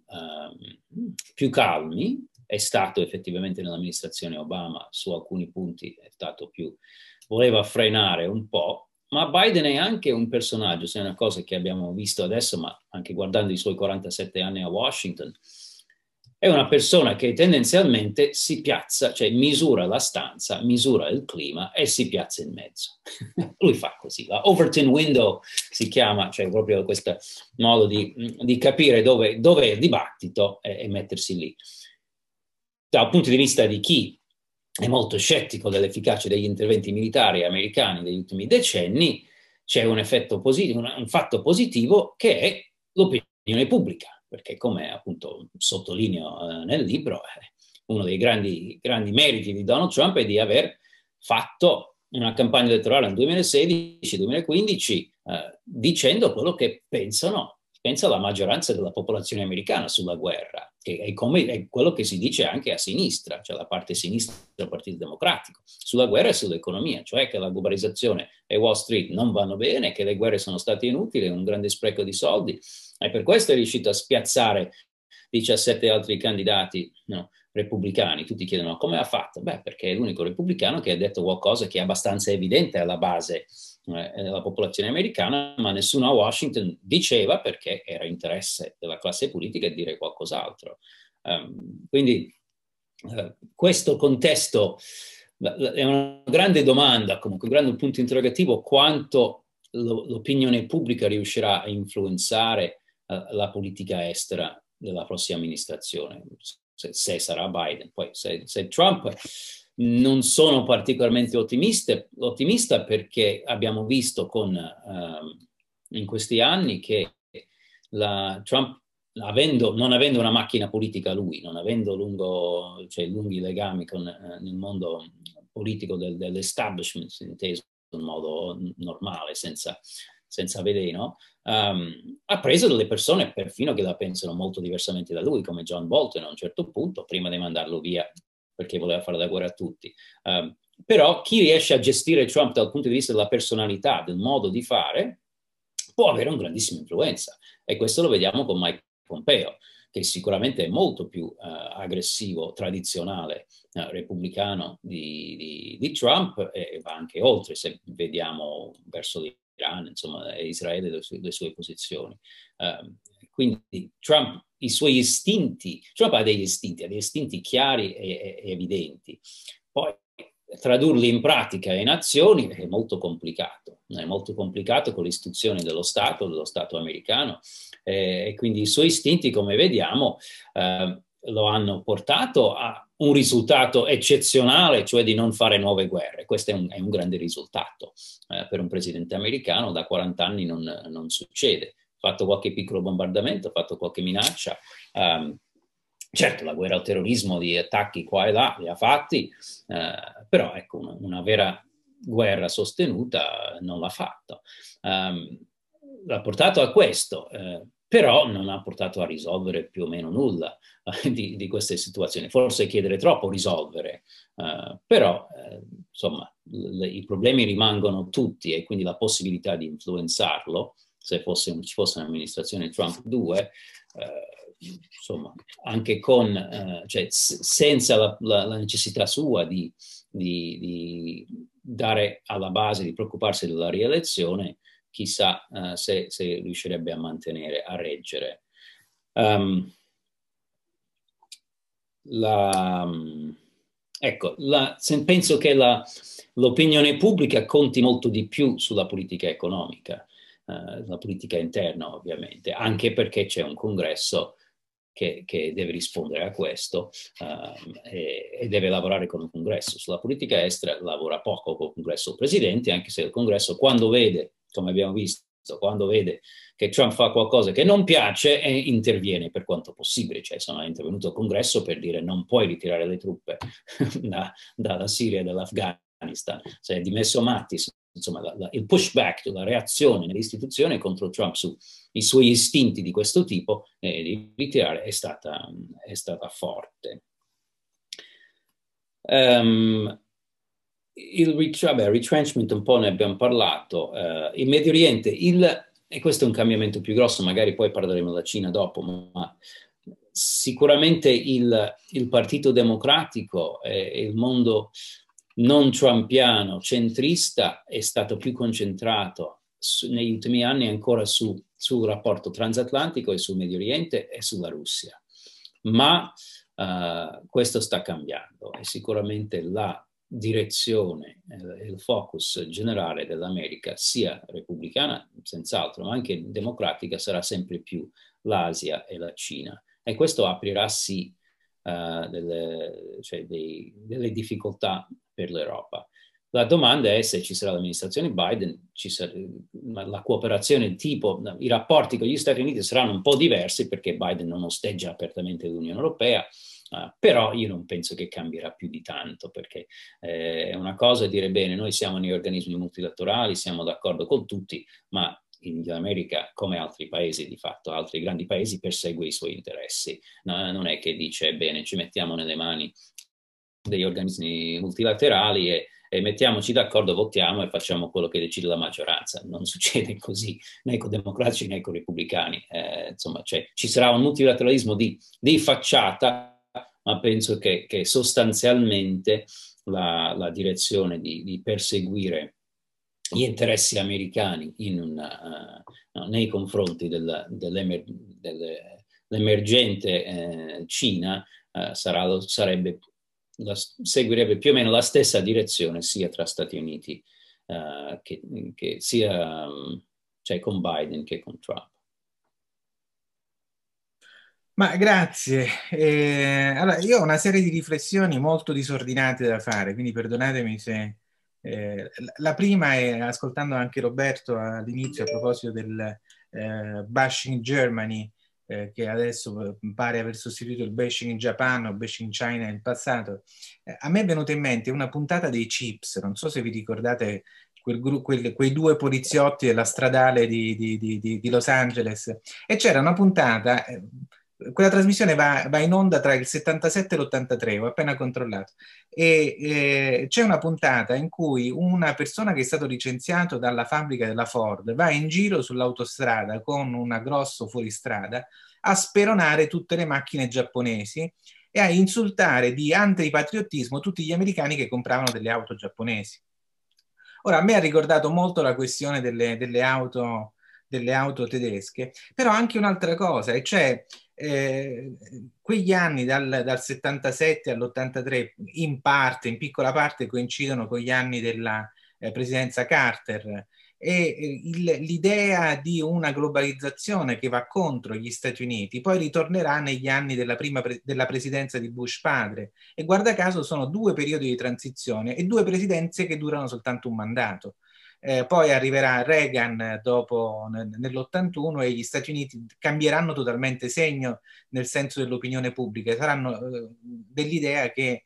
calmi. È stato effettivamente nell'amministrazione Obama, su alcuni punti voleva frenare un po', ma Biden è anche un personaggio, se è una cosa che abbiamo visto adesso, ma anche guardando i suoi 47 anni a Washington, è una persona che tendenzialmente si piazza, cioè misura la stanza, misura il clima e si piazza in mezzo. Lui fa così, la Overton window si chiama, cioè proprio questo modo di capire dove è il dibattito e mettersi lì. Dal punto di vista di chi è molto scettico dell'efficacia degli interventi militari americani degli ultimi decenni, c'è un effetto positivo, un fatto positivo che è l'opinione pubblica. Perché, come appunto sottolineo nel libro, uno dei grandi meriti di Donald Trump è di aver fatto una campagna elettorale nel 2016-2015 dicendo quello che pensa la maggioranza della popolazione americana sulla guerra, che è quello che si dice anche a sinistra, cioè la parte sinistra del Partito Democratico, sulla guerra e sull'economia, cioè che la globalizzazione e Wall Street non vanno bene, che le guerre sono state inutili, un grande spreco di soldi. E per questo è riuscito a spiazzare 17 altri candidati repubblicani. Tutti chiedono come ha fatto? Beh, perché è l'unico repubblicano che ha detto qualcosa che è abbastanza evidente alla base della popolazione americana, ma nessuno a Washington diceva, perché era interesse della classe politica dire qualcos'altro. Quindi questo contesto è una grande domanda, comunque un grande punto interrogativo, quanto l'opinione pubblica riuscirà a influenzare la politica estera della prossima amministrazione, se sarà Biden. Poi se Trump, non sono particolarmente ottimista perché abbiamo visto in questi anni che Trump, non avendo una macchina politica lui, non avendo lunghi legami nel mondo politico dell'establishment, inteso in modo normale, senza veleno, ha preso delle persone perfino che la pensano molto diversamente da lui, come John Bolton a un certo punto, prima di mandarlo via perché voleva fare la guerra a tutti. Però chi riesce a gestire Trump dal punto di vista della personalità, del modo di fare, può avere una grandissima influenza. E questo lo vediamo con Mike Pompeo, che sicuramente è molto più aggressivo, tradizionale, repubblicano di Trump, e va anche oltre, se vediamo verso l'Iran, insomma, Israele e le sue posizioni. Quindi Trump ha degli istinti chiari e evidenti. Poi tradurli in pratica e in azioni è molto complicato con le istituzioni dello Stato americano, e quindi i suoi istinti, come vediamo, lo hanno portato a un risultato eccezionale, cioè di non fare nuove guerre. Questo è un grande risultato per un presidente americano. Da 40 anni non succede. Ha fatto qualche piccolo bombardamento, ha fatto qualche minaccia. Certo, la guerra al terrorismo, di attacchi qua e là, li ha fatti, però ecco, una vera guerra sostenuta non l'ha fatto. L'ha portato a questo, però non ha portato a risolvere più o meno nulla di queste situazioni. Forse chiedere troppo risolvere, però insomma i problemi rimangono tutti, e quindi la possibilità di influenzarlo, se ci fosse un'amministrazione Trump 2, insomma, anche senza la necessità sua di dare alla base, di preoccuparsi della rielezione, chissà se riuscirebbe a reggere. Ecco, penso che l'opinione pubblica conti molto di più sulla politica economica, la politica interna ovviamente, anche perché c'è un congresso che deve rispondere a questo e deve lavorare con il congresso. Sulla politica estera lavora poco con il congresso il presidente, anche se il congresso, quando vede, come abbiamo visto, quando vede che Trump fa qualcosa che non piace, interviene per quanto possibile. Cioè, sono intervenuto al congresso per dire non puoi ritirare le truppe dalla Siria e dall'Afghanistan. Si è dimesso Mattis. Insomma, il pushback, la reazione nelle istituzioni contro Trump sui suoi istinti di questo tipo di ritirare è stata forte. Il retrenchment un po' ne abbiamo parlato. Il Medio Oriente, e questo è un cambiamento più grosso, magari poi parleremo della Cina dopo, ma sicuramente il Partito Democratico e il mondo non trumpiano, centrista, è stato più concentrato negli ultimi anni ancora sul rapporto transatlantico e sul Medio Oriente e sulla Russia. Ma questo sta cambiando e sicuramente la direzione e il focus generale dell'America, sia repubblicana senz'altro, ma anche democratica, sarà sempre più l'Asia e la Cina. E questo aprirà sì delle difficoltà per l'Europa. La domanda è se ci sarà l'amministrazione Biden, la cooperazione tipo, i rapporti con gli Stati Uniti saranno un po' diversi perché Biden non osteggia apertamente l'Unione Europea, però io non penso che cambierà più di tanto, perché è una cosa dire bene, noi siamo negli organismi multilaterali, siamo d'accordo con tutti, ma in America, come altri paesi di fatto, altri grandi paesi, persegue i suoi interessi. No, non è che dice bene, ci mettiamo nelle mani degli organismi multilaterali e mettiamoci d'accordo, votiamo e facciamo quello che decide la maggioranza. Non succede così né con democratici né con repubblicani. Insomma, ci sarà un multilateralismo di facciata, ma penso che sostanzialmente la direzione di perseguire gli interessi americani nei confronti dell'emergente Cina seguirebbe più o meno la stessa direzione sia tra Stati Uniti che sia con Biden che con Trump. Ma grazie. Allora, io ho una serie di riflessioni molto disordinate da fare, quindi perdonatemi se... la prima è, ascoltando anche Roberto all'inizio a proposito del bashing Germany, che adesso pare aver sostituito il bashing in Japan o bashing China nel passato, a me è venuta in mente una puntata dei Chips, non so se vi ricordate quei due poliziotti della stradale di Los Angeles, e c'era una puntata... Quella trasmissione va in onda tra il 77 e l'83, ho appena controllato, e c'è una puntata in cui una persona che è stato licenziato dalla fabbrica della Ford va in giro sull'autostrada con un grosso fuoristrada a speronare tutte le macchine giapponesi e a insultare di antipatriottismo tutti gli americani che compravano delle auto giapponesi. Ora, a me ha ricordato molto la questione delle auto tedesche, però anche un'altra cosa, e cioè quegli anni dal 77 all'83 in piccola parte coincidono con gli anni della presidenza Carter, e l'idea di una globalizzazione che va contro gli Stati Uniti poi ritornerà negli anni della presidenza di Bush padre, e guarda caso sono due periodi di transizione e due presidenze che durano soltanto un mandato. Poi arriverà Reagan dopo nell'81 e gli Stati Uniti cambieranno totalmente segno nel senso dell'opinione pubblica, saranno dell'idea che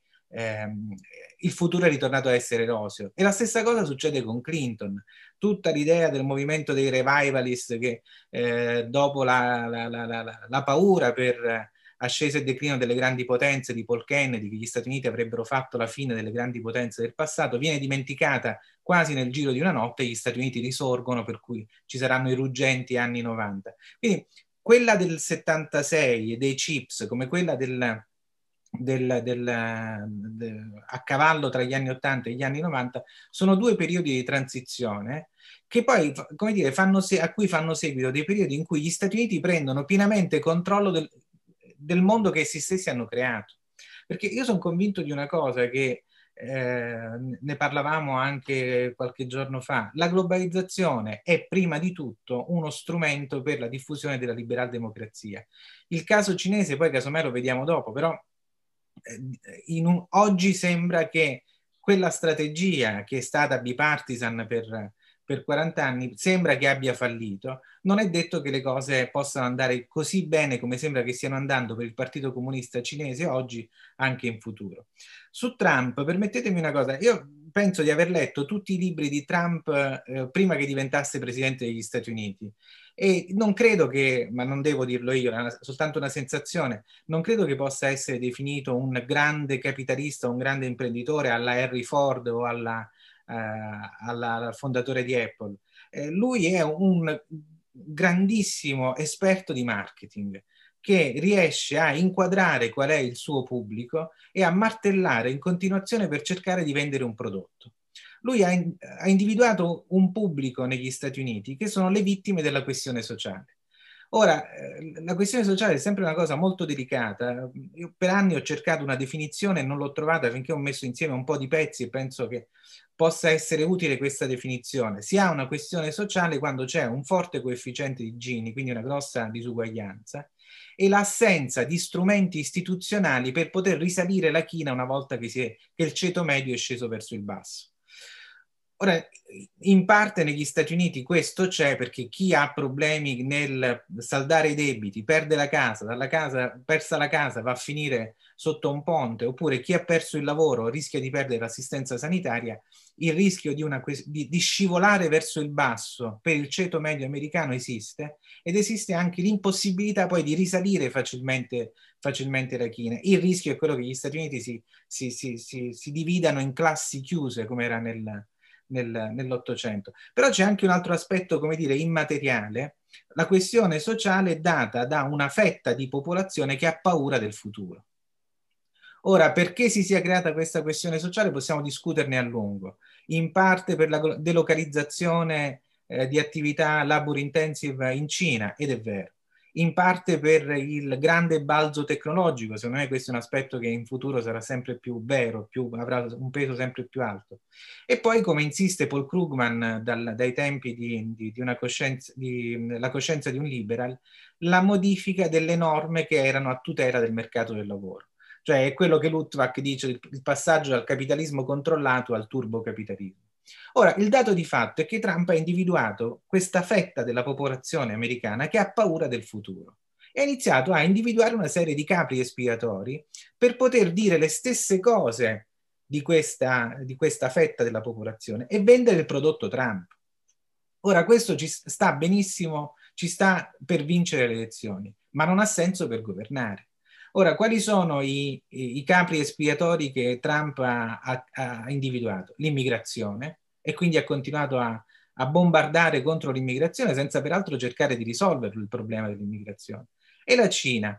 il futuro è ritornato a essere roseo. E la stessa cosa succede con Clinton. Tutta l'idea del movimento dei revivalist che dopo la paura per ascesa e declino delle grandi potenze di Paul Kennedy, che gli Stati Uniti avrebbero fatto la fine delle grandi potenze del passato, viene dimenticata quasi nel giro di una notte, e gli Stati Uniti risorgono, per cui ci saranno i ruggenti anni 90. Quindi quella del 76 e dei chips, come quella a cavallo tra gli anni 80 e gli anni 90, sono due periodi di transizione che poi, come dire, a cui fanno seguito dei periodi in cui gli Stati Uniti prendono pienamente controllo del mondo che essi stessi hanno creato. Perché io sono convinto di una cosa che ne parlavamo anche qualche giorno fa: la globalizzazione è prima di tutto uno strumento per la diffusione della liberal democrazia. Il caso cinese poi casomai lo vediamo dopo, però oggi sembra che quella strategia che è stata bipartisan per 40 anni sembra che abbia fallito. Non è detto che le cose possano andare così bene come sembra che stiano andando per il Partito Comunista Cinese oggi, anche in futuro. Su Trump, permettetemi una cosa: io penso di aver letto tutti i libri di Trump prima che diventasse presidente degli Stati Uniti, e non credo che, ma non devo dirlo io, è soltanto una sensazione, non credo che possa essere definito un grande capitalista, un grande imprenditore alla Henry Ford o al fondatore di Apple. Lui è un grandissimo esperto di marketing che riesce a inquadrare qual è il suo pubblico e a martellare in continuazione per cercare di vendere un prodotto. Lui ha individuato un pubblico negli Stati Uniti che sono le vittime della questione sociale. Ora, la questione sociale è sempre una cosa molto delicata. Io per anni ho cercato una definizione e non l'ho trovata finché ho messo insieme un po' di pezzi, e penso che possa essere utile questa definizione. Si ha una questione sociale quando c'è un forte coefficiente di Gini, quindi una grossa disuguaglianza, e l'assenza di strumenti istituzionali per poter risalire la china una volta che il ceto medio è sceso verso il basso. Ora, in parte negli Stati Uniti questo c'è, perché chi ha problemi nel saldare i debiti, perde la casa, persa la casa va a finire sotto un ponte, oppure chi ha perso il lavoro rischia di perdere l'assistenza sanitaria. Il rischio di scivolare verso il basso per il ceto medio americano esiste, ed esiste anche l'impossibilità poi di risalire facilmente la china. Il rischio è quello che gli Stati Uniti si dividano in classi chiuse, come era nell'Ottocento. Però c'è anche un altro aspetto, come dire, immateriale. La questione sociale è data da una fetta di popolazione che ha paura del futuro. Ora, perché si sia creata questa questione sociale possiamo discuterne a lungo. In parte per la delocalizzazione di attività labor intensive in Cina, ed è vero. In parte per il grande balzo tecnologico. Secondo me questo è un aspetto che in futuro sarà sempre più vero, avrà un peso sempre più alto. E poi, come insiste Paul Krugman dai tempi di una la coscienza di un liberal, la modifica delle norme che erano a tutela del mercato del lavoro. Cioè è quello che Luttwak dice, il passaggio dal capitalismo controllato al turbocapitalismo. Ora, il dato di fatto è che Trump ha individuato questa fetta della popolazione americana che ha paura del futuro e ha iniziato a individuare una serie di capri espiatori per poter dire le stesse cose di questa fetta della popolazione e vendere il prodotto Trump. Ora, questo ci sta benissimo, ci sta per vincere le elezioni, ma non ha senso per governare. Ora, quali sono i capri espiatori che Trump ha individuato? L'immigrazione, e quindi ha continuato a bombardare contro l'immigrazione senza peraltro cercare di risolverlo il problema dell'immigrazione. E la Cina,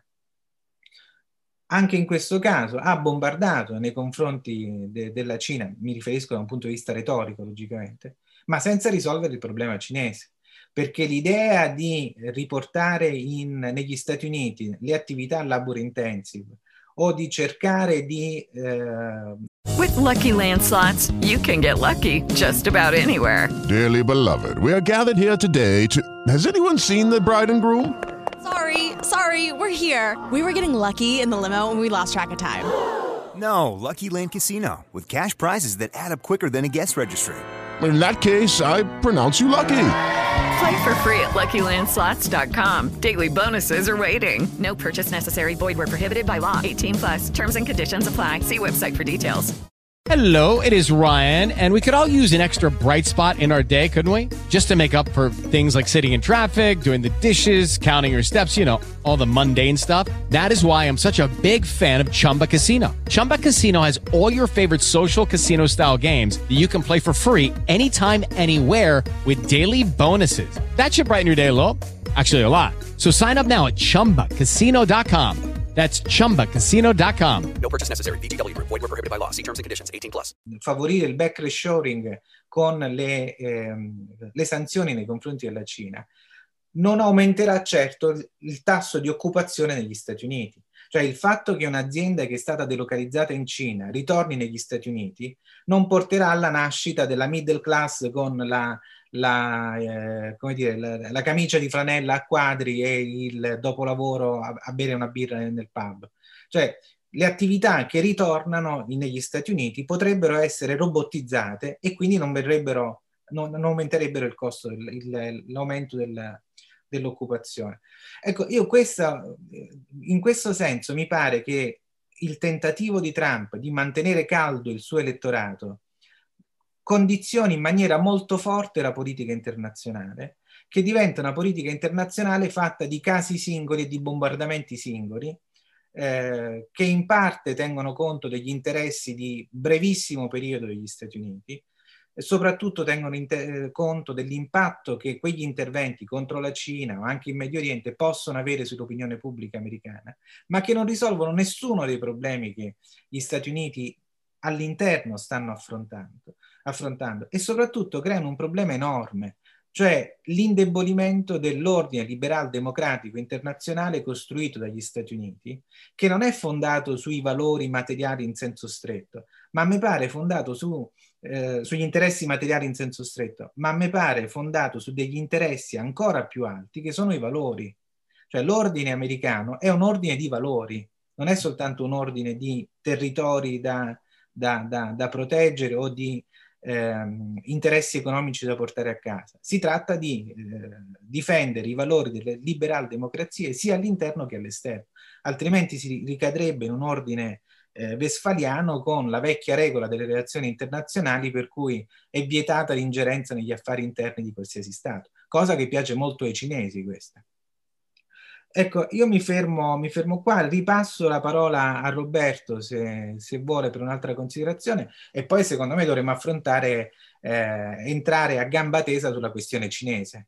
anche in questo caso, ha bombardato nei confronti della Cina, mi riferisco da un punto di vista retorico logicamente, ma senza risolvere il problema cinese. Perché l'idea di riportare negli Stati Uniti le attività labor intensive o di cercare di... With Lucky Land Slots, you can get lucky just about anywhere. Dearly beloved, we are gathered here today to... Has anyone seen the bride and groom? Sorry, we're here. We were getting lucky in the limo and we lost track of time. No, Lucky Land Casino, with cash prizes that add up quicker than a guest registry. In that case, I pronounce you lucky. Play for free at LuckyLandSlots.com. Daily bonuses are waiting. No purchase necessary. Void where prohibited by law. 18+. Terms and conditions apply. See website for details. Hello, it is Ryan, and we could all use an extra bright spot in our day, couldn't we? Just to make up for things like sitting in traffic, doing the dishes, counting your steps, all the mundane stuff. That is why I'm such a big fan of Chumba Casino. Chumba Casino has all your favorite social casino-style games that you can play for free anytime, anywhere with daily bonuses. That should brighten your day a little. Actually, a lot. So sign up now at ChumbaCasino.com. That's ChumbaCasino.com. No purchase necessary. VGW Group. Void where prohibited by law. See terms and conditions. 18+. Favorire il back reshoring con le sanzioni nei confronti della Cina non aumenterà certo il tasso di occupazione negli Stati Uniti. Cioè il fatto che un'azienda che è stata delocalizzata in Cina ritorni negli Stati Uniti non porterà alla nascita della middle class con come dire, la camicia di flanella a quadri e il dopolavoro a bere una birra nel pub. Cioè le attività che ritornano negli Stati Uniti potrebbero essere robotizzate e quindi non aumenterebbero il costo, l'aumento dell'occupazione. Ecco, in questo senso mi pare che il tentativo di Trump di mantenere caldo il suo elettorato condizioni in maniera molto forte la politica internazionale, che diventa una politica internazionale fatta di casi singoli e di bombardamenti singoli, che in parte tengono conto degli interessi di brevissimo periodo degli Stati Uniti, e soprattutto tengono conto dell'impatto che quegli interventi contro la Cina o anche in Medio Oriente possono avere sull'opinione pubblica americana, ma che non risolvono nessuno dei problemi che gli Stati Uniti all'interno stanno affrontando e soprattutto creano un problema enorme, cioè l'indebolimento dell'ordine liberal democratico internazionale costruito dagli Stati Uniti, che non è fondato sui valori materiali in senso stretto, ma mi pare fondato sugli interessi materiali in senso stretto, ma mi pare fondato su degli interessi ancora più alti che sono i valori. Cioè l'ordine americano è un ordine di valori, non è soltanto un ordine di territori da proteggere o di interessi economici da portare a casa. Si tratta di difendere i valori delle liberal democrazie sia all'interno che all'esterno, altrimenti si ricadrebbe in un ordine westfaliano con la vecchia regola delle relazioni internazionali per cui è vietata l'ingerenza negli affari interni di qualsiasi Stato, cosa che piace molto ai cinesi questa. Ecco, io mi fermo qua, ripasso la parola a Roberto se vuole per un'altra considerazione e poi secondo me dovremmo affrontare, entrare a gamba tesa sulla questione cinese.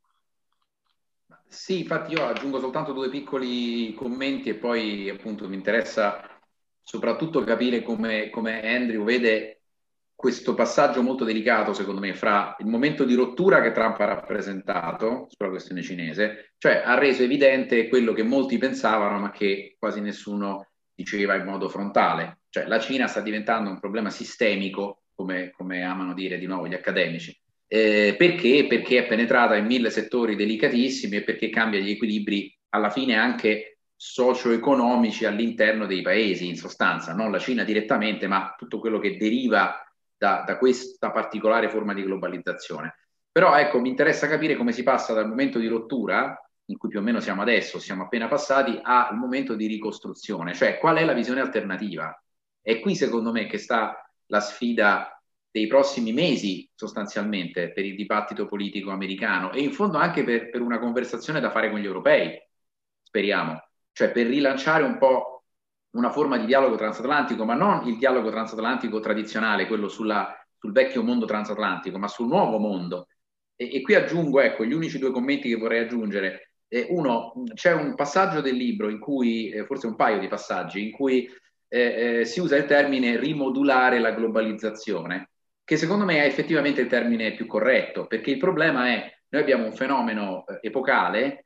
Sì, infatti io aggiungo soltanto due piccoli commenti e poi appunto mi interessa soprattutto capire come Andrew vede questo passaggio molto delicato, secondo me, fra il momento di rottura che Trump ha rappresentato sulla questione cinese, cioè ha reso evidente quello che molti pensavano ma che quasi nessuno diceva in modo frontale, cioè la Cina sta diventando un problema sistemico, come amano dire di nuovo gli accademici. Perché? Perché è penetrata in 1000 settori delicatissimi e perché cambia gli equilibri alla fine anche socio-economici all'interno dei paesi, in sostanza, non la Cina direttamente, ma tutto quello che deriva da questa particolare forma di globalizzazione. Però ecco, mi interessa capire come si passa dal momento di rottura, in cui più o meno siamo adesso, siamo appena passati, al momento di ricostruzione, cioè qual è la visione alternativa. È qui secondo me che sta la sfida dei prossimi mesi sostanzialmente per il dibattito politico americano e in fondo anche per una conversazione da fare con gli europei, speriamo, cioè per rilanciare un po' una forma di dialogo transatlantico, ma non il dialogo transatlantico tradizionale, quello sul vecchio mondo transatlantico, ma sul nuovo mondo. E qui aggiungo, ecco, gli unici due commenti che vorrei aggiungere. Uno, c'è un passaggio del libro in cui, forse un paio di passaggi, in cui si usa il termine rimodulare la globalizzazione, che secondo me è effettivamente il termine più corretto, perché il problema è, noi abbiamo un fenomeno epocale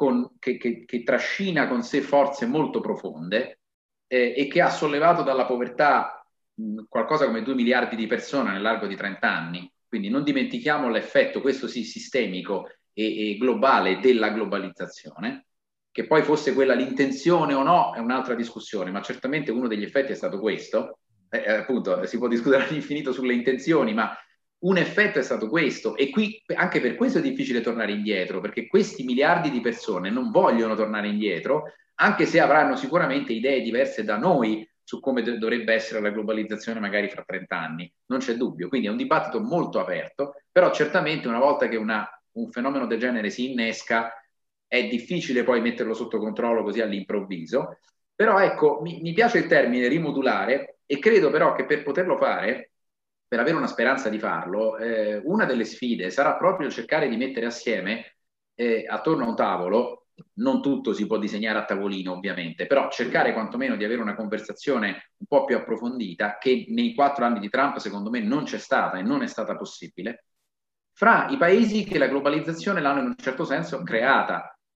che trascina con sé forze molto profonde, e che ha sollevato dalla povertà qualcosa come 2 miliardi di persone nell'arco di 30 anni. Quindi non dimentichiamo l'effetto, questo sì, sistemico e globale della globalizzazione, che poi fosse quella l'intenzione o no è un'altra discussione, ma certamente uno degli effetti è stato questo. Appunto, si può discutere all'infinito sulle intenzioni, ma un effetto è stato questo, e qui anche per questo è difficile tornare indietro, perché questi miliardi di persone non vogliono tornare indietro, anche se avranno sicuramente idee diverse da noi su come dovrebbe essere la globalizzazione magari fra 30 anni, non c'è dubbio, quindi è un dibattito molto aperto, però certamente una volta che un fenomeno del genere si innesca è difficile poi metterlo sotto controllo così all'improvviso, però ecco, mi piace il termine rimodulare e credo però che per poterlo fare, per avere una speranza di farlo, una delle sfide sarà proprio cercare di mettere assieme attorno a un tavolo. Non tutto si può disegnare a tavolino ovviamente, però cercare quantomeno di avere una conversazione un po' più approfondita, che nei 4 anni di Trump secondo me non c'è stata e non è stata possibile, fra i paesi che la globalizzazione l'hanno in un certo senso creata,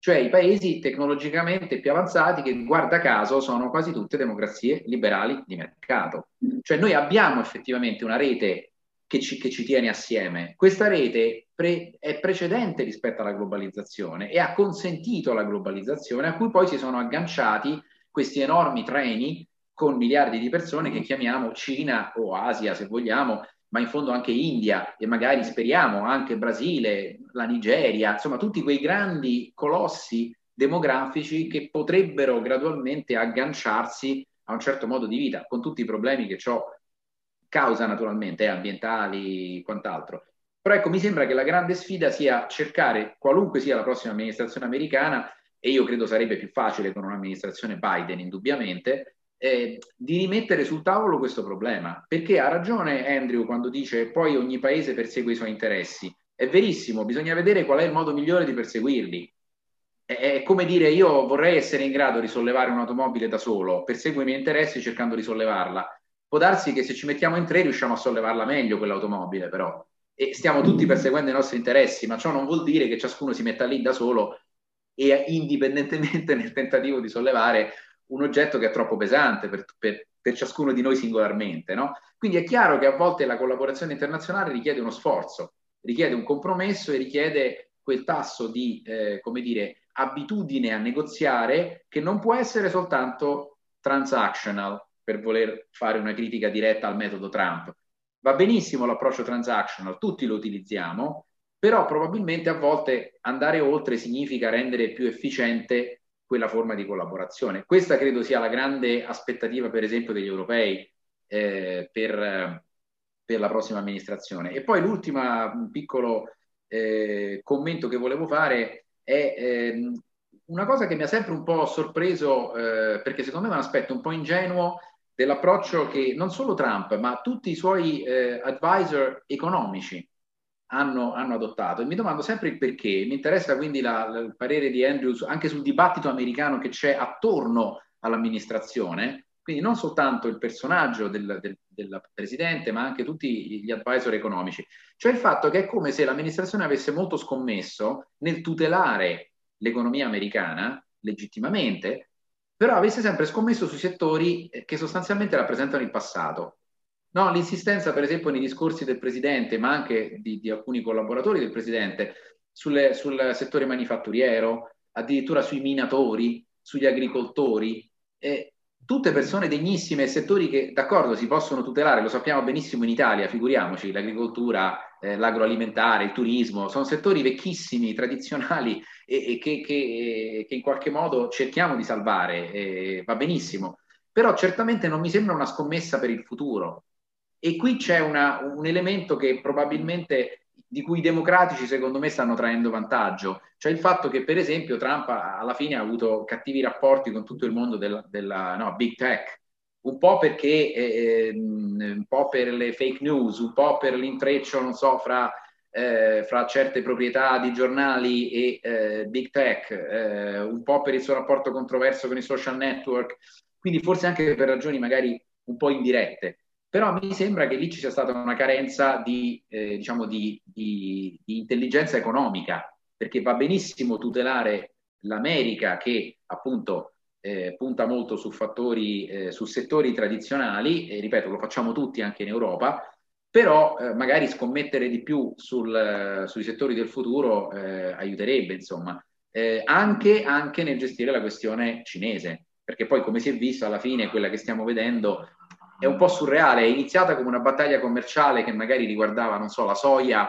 cioè i paesi tecnologicamente più avanzati che, guarda caso, sono quasi tutte democrazie liberali di mercato. Cioè noi abbiamo effettivamente una rete che ci tiene assieme. Questa rete è precedente rispetto alla globalizzazione e ha consentito la globalizzazione, a cui poi si sono agganciati questi enormi treni con miliardi di persone che chiamiamo Cina o Asia, se vogliamo, ma in fondo anche India e magari speriamo anche Brasile, la Nigeria, insomma tutti quei grandi colossi demografici che potrebbero gradualmente agganciarsi a un certo modo di vita, con tutti i problemi che ciò causa naturalmente, ambientali, quant'altro. Però ecco, mi sembra che la grande sfida sia cercare, qualunque sia la prossima amministrazione americana, e io credo sarebbe più facile con un'amministrazione Biden, indubbiamente, di rimettere sul tavolo questo problema. Perché ha ragione Andrew quando dice poi ogni paese persegue i suoi interessi. È verissimo, bisogna vedere qual è il modo migliore di perseguirli. È come dire, io vorrei essere in grado di sollevare un'automobile da solo, perseguo i miei interessi cercando di sollevarla. Può darsi che se ci mettiamo in tre riusciamo a sollevarla meglio quell'automobile, però. E stiamo tutti perseguendo i nostri interessi, ma ciò non vuol dire che ciascuno si metta lì da solo e indipendentemente nel tentativo di sollevare un oggetto che è troppo pesante per ciascuno di noi singolarmente, no? Quindi è chiaro che a volte la collaborazione internazionale richiede uno sforzo, richiede un compromesso e richiede quel tasso di, come dire, abitudine a negoziare che non può essere soltanto transactional, per voler fare una critica diretta al metodo Trump. Va benissimo l'approccio transactional, tutti lo utilizziamo, però probabilmente a volte andare oltre significa rendere più efficiente quella forma di collaborazione. Questa credo sia la grande aspettativa, per esempio, degli europei per la prossima amministrazione. E poi l'ultimo piccolo commento che volevo fare è una cosa che mi ha sempre un po' sorpreso, perché secondo me è un aspetto un po' ingenuo dell'approccio che non solo Trump, ma tutti i suoi advisor economici hanno adottato. E mi domando sempre il perché. Mi interessa quindi il parere di Andrews anche sul dibattito americano che c'è attorno all'amministrazione, quindi non soltanto il personaggio del presidente, ma anche tutti gli advisor economici. Cioè il fatto che è come se l'amministrazione avesse molto scommesso nel tutelare l'economia americana, legittimamente, però avesse sempre scommesso sui settori che sostanzialmente rappresentano il passato. No, l'insistenza, per esempio, nei discorsi del presidente, ma anche di alcuni collaboratori del presidente, sul settore manifatturiero, addirittura sui minatori, sugli agricoltori, tutte persone degnissime, settori che, d'accordo, si possono tutelare, lo sappiamo benissimo in Italia, figuriamoci, l'agricoltura, l'agroalimentare, il turismo, sono settori vecchissimi, tradizionali e che in qualche modo cerchiamo di salvare, va benissimo, però certamente non mi sembra una scommessa per il futuro. E qui c'è un elemento che probabilmente di cui i democratici secondo me stanno traendo vantaggio, cioè il fatto che per esempio Trump alla fine ha avuto cattivi rapporti con tutto il mondo della big tech, un po' perché un po' per le fake news, un po' per l'intreccio, non so, fra certe proprietà di giornali e big tech, un po' per il suo rapporto controverso con i social network, quindi forse anche per ragioni magari un po' indirette. Però mi sembra che lì ci sia stata una carenza diciamo di intelligenza economica, perché va benissimo tutelare l'America che appunto punta molto su fattori, su settori tradizionali, e ripeto, lo facciamo tutti anche in Europa, però magari scommettere di più sui settori del futuro aiuterebbe, insomma, anche nel gestire la questione cinese, perché poi come si è visto alla fine quella che stiamo vedendo è un po' surreale, è iniziata come una battaglia commerciale che magari riguardava, non so, la soia,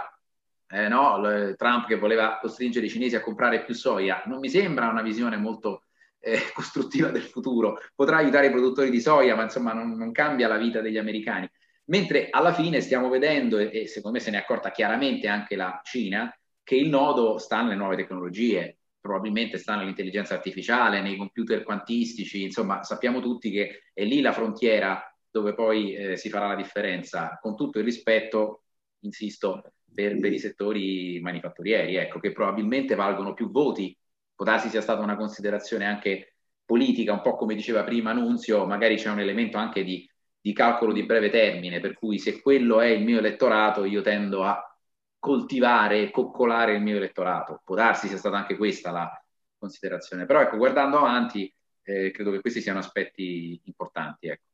no? Trump che voleva costringere i cinesi a comprare più soia, non mi sembra una visione molto costruttiva del futuro, potrà aiutare i produttori di soia, ma insomma non cambia la vita degli americani, mentre alla fine stiamo vedendo, e secondo me se ne è accorta chiaramente anche la Cina, che il nodo sta nelle nuove tecnologie, probabilmente sta nell'intelligenza artificiale, nei computer quantistici, insomma sappiamo tutti che è lì la frontiera dove poi si farà la differenza, con tutto il rispetto, insisto, per i settori manifatturieri, ecco, che probabilmente valgono più voti. Può darsi sia stata una considerazione anche politica, un po' come diceva prima Nunzio, magari c'è un elemento anche di calcolo di breve termine, per cui se quello è il mio elettorato, io tendo a coltivare e coccolare il mio elettorato. Può darsi sia stata anche questa considerazione. Però ecco, guardando avanti, credo che questi siano aspetti importanti. Ecco.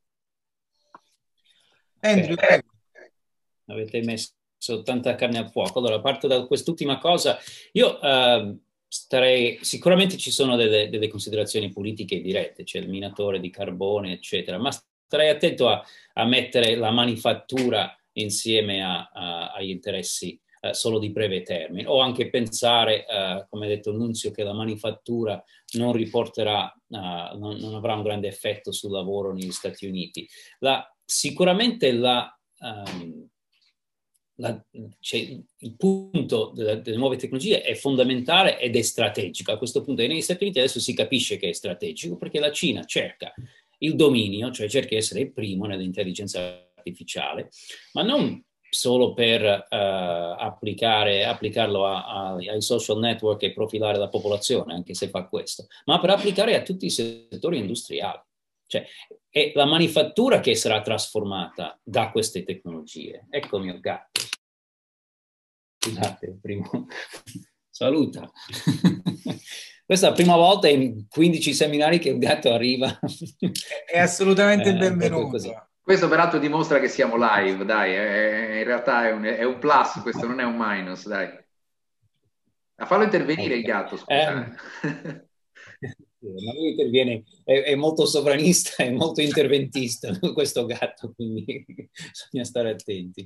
Andrew, prego. Avete messo tanta carne al fuoco. Allora, parto da quest'ultima cosa. Io sicuramente ci sono delle considerazioni politiche dirette, c'è il minatore di carbone, eccetera, ma starei attento a mettere la manifattura insieme agli interessi solo di breve termine, o anche pensare, come ha detto Nunzio, che la manifattura non riporterà, non avrà un grande effetto sul lavoro negli Stati Uniti. Sicuramente il punto delle nuove tecnologie è fondamentale ed è strategico. A questo punto negli Stati Uniti adesso si capisce che è strategico perché la Cina cerca il dominio, cioè cerca di essere il primo nell'intelligenza artificiale, ma non solo per applicarlo ai social network e profilare la popolazione, anche se fa questo, ma per applicare a tutti i settori industriali. Cioè, è la manifattura che sarà trasformata da queste tecnologie. Ecco il mio gatto. Scusate, il primo saluta. Questa è la prima volta in 15 seminari che un gatto arriva. È assolutamente benvenuto. Questo peraltro dimostra che siamo live, dai, in realtà è un plus, questo non è un minus, dai. A farlo intervenire il gatto, scusa. Ma lui interviene, è molto sovranista, è molto interventista questo gatto, quindi bisogna stare attenti.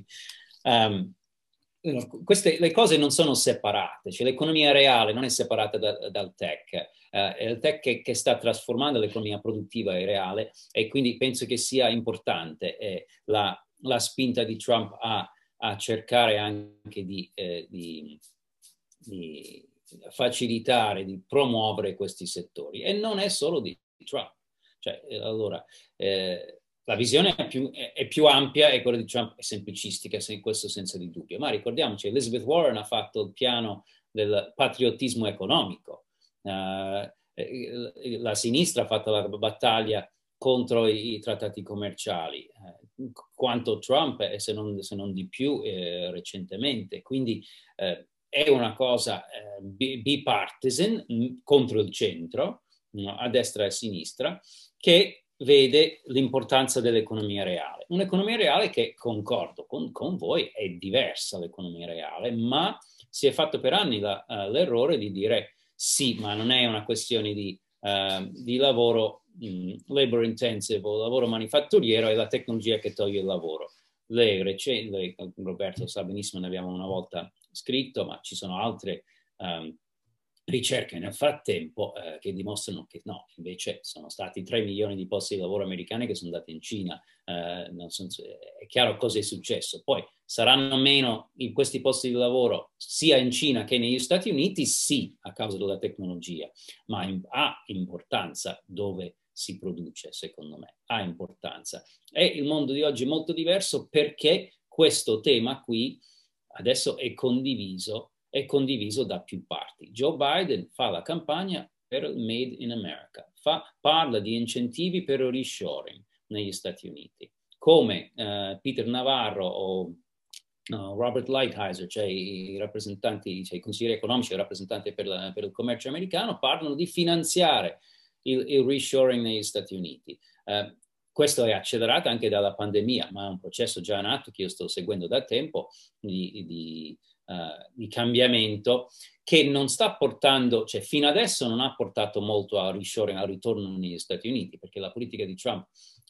Le cose non sono separate, cioè l'economia reale non è separata dal tech, è il tech che sta trasformando l'economia produttiva e reale, e quindi penso che sia importante la spinta di Trump a cercare anche di facilitare, di promuovere questi settori. E non è solo di Trump. Cioè, allora, la visione è più ampia e quella di Trump è semplicistica, in questo senso di dubbio. Ma ricordiamoci, Elizabeth Warren ha fatto il piano del patriottismo economico. La sinistra ha fatto la battaglia contro i trattati commerciali, quanto Trump, se non di più, recentemente. Quindi è una cosa bipartisan contro il centro, a destra e a sinistra, che vede l'importanza dell'economia reale. Un'economia reale che, concordo con voi, è diversa l'economia reale, ma si è fatto per anni l'errore di dire sì, ma non è una questione di lavoro labor intensive o lavoro manifatturiero, è la tecnologia che toglie il lavoro. Roberto sa benissimo, ne abbiamo una volta scritto, ma ci sono altre ricerche nel frattempo che dimostrano che no, invece sono stati 3 milioni di posti di lavoro americani che sono andati in Cina. È chiaro cosa è successo. Poi saranno meno questi posti di lavoro sia in Cina che negli Stati Uniti? Sì, a causa della tecnologia, ma ha importanza dove si produce, secondo me, ha importanza. E il mondo di oggi è molto diverso perché questo tema qui adesso è condiviso da più parti. Joe Biden fa la campagna per il Made in America, parla di incentivi per il reshoring negli Stati Uniti, come Peter Navarro o Robert Lighthizer, cioè i rappresentanti, cioè i consiglieri economici e i rappresentanti per il commercio americano, parlano di finanziare il reshoring negli Stati Uniti. Questo è accelerato anche dalla pandemia, ma è un processo già in atto che io sto seguendo da tempo di cambiamento che non sta portando, cioè fino adesso non ha portato molto al reshoring, al ritorno negli Stati Uniti, perché la politica di Trump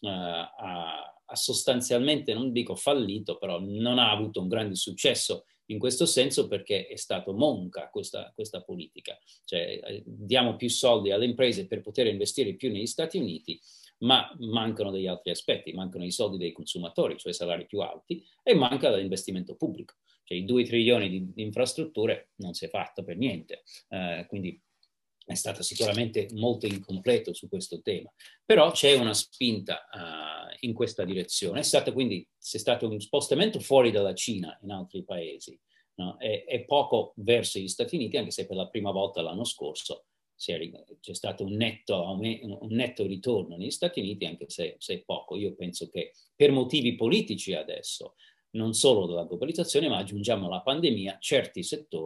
ha sostanzialmente, non dico fallito, però non ha avuto un grande successo in questo senso, perché è stato monca questa politica. Cioè diamo più soldi alle imprese per poter investire più negli Stati Uniti, ma mancano degli altri aspetti, mancano i soldi dei consumatori, cioè salari più alti, e manca l'investimento pubblico. Cioè i 2 trilioni di infrastrutture non si è fatto per niente, quindi è stato sicuramente molto incompleto su questo tema. Però c'è una spinta in questa direzione. C'è stato un spostamento fuori dalla Cina in altri paesi, no? E poco verso gli Stati Uniti, anche se per la prima volta l'anno scorso c'è stato un netto ritorno negli Stati Uniti, anche se poco. Io penso che per motivi politici adesso, non solo della globalizzazione, ma aggiungiamo la pandemia, certi settori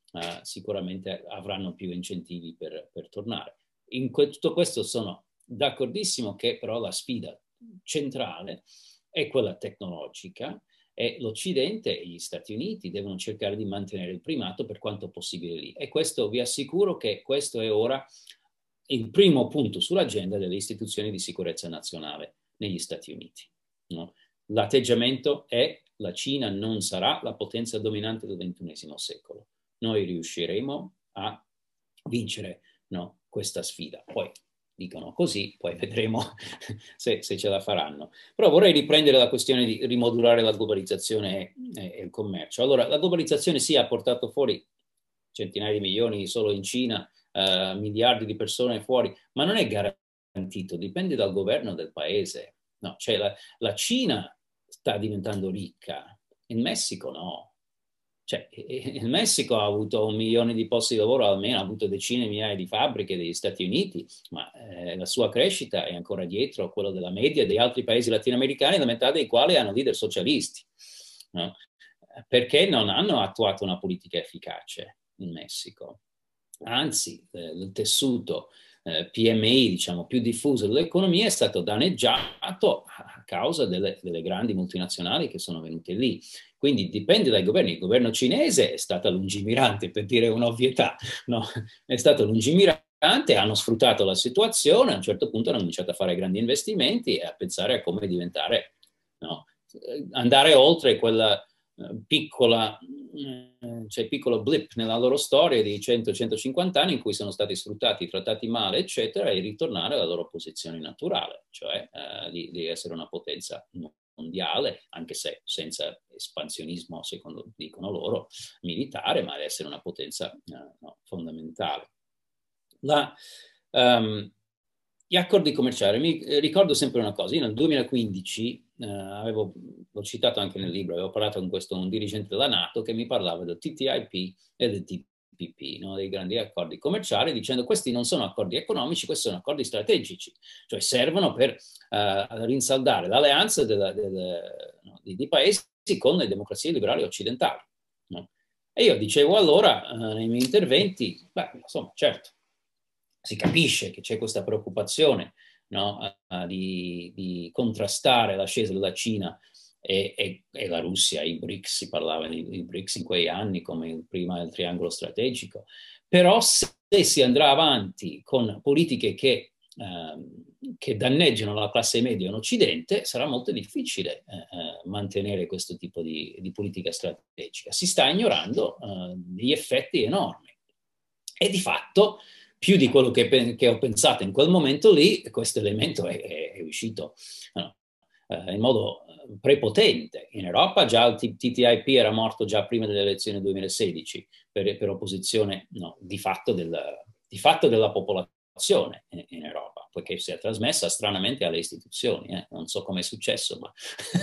sicuramente avranno più incentivi per tornare. Tutto questo sono d'accordissimo che però la sfida centrale è quella tecnologica e l'Occidente e gli Stati Uniti devono cercare di mantenere il primato per quanto possibile lì. E questo vi assicuro che questo è ora il primo punto sull'agenda delle istituzioni di sicurezza nazionale negli Stati Uniti. No? L'atteggiamento è: la Cina non sarà la potenza dominante del XXI secolo. Noi riusciremo a vincere, no, questa sfida. Poi dicono così, poi vedremo se ce la faranno. Però vorrei riprendere la questione di rimodulare la globalizzazione e il commercio. Allora, la globalizzazione sì ha portato fuori centinaia di milioni solo in Cina, miliardi di persone fuori, ma non è garantito, dipende dal governo del paese. No, cioè la Cina sta diventando ricca, il Messico no. Cioè, il Messico ha avuto 1 milione di posti di lavoro, almeno ha avuto decine di migliaia di fabbriche degli Stati Uniti, ma la sua crescita è ancora dietro a quello della media degli altri paesi latinoamericani, la metà dei quali hanno leader socialisti, no? Perché non hanno attuato una politica efficace in Messico. Anzi, il tessuto PMI, diciamo, più diffuso dell'economia è stato danneggiato a causa delle grandi multinazionali che sono venute lì. Quindi dipende dai governi. Il governo cinese è stato lungimirante, per dire un'ovvietà, no? È stato lungimirante, hanno sfruttato la situazione, a un certo punto hanno cominciato a fare grandi investimenti e a pensare a come diventare, no? Andare oltre quella piccolo blip nella loro storia di 100-150 anni in cui sono stati sfruttati, trattati male, eccetera, e ritornare alla loro posizione naturale, cioè di essere una potenza mondiale, anche se senza espansionismo, secondo dicono loro, militare, ma di essere una potenza fondamentale. Gli accordi commerciali, mi ricordo sempre una cosa: io nel 2015 l'ho citato anche nel libro, avevo parlato con un dirigente della NATO che mi parlava del TTIP e del TPP, no? Dei grandi accordi commerciali, dicendo: questi non sono accordi economici, questi sono accordi strategici, cioè servono per rinsaldare l'alleanza di paesi con le democrazie liberali occidentali, no? E io dicevo allora nei miei interventi, insomma, certo, si capisce che c'è questa preoccupazione, no, di contrastare l'ascesa della Cina e la Russia, i BRICS, si parlava di BRICS in quei anni come prima del triangolo strategico, però se si andrà avanti con politiche che danneggiano la classe media in Occidente, sarà molto difficile mantenere questo tipo di politica strategica. Si sta ignorando degli effetti enormi e di fatto, più di quello che ho pensato in quel momento lì, questo elemento è uscito in modo prepotente. In Europa già il TTIP era morto già prima delle elezioni del 2016 per opposizione di fatto della popolazione in Europa, poiché si è trasmessa stranamente alle istituzioni. Non so come è successo, ma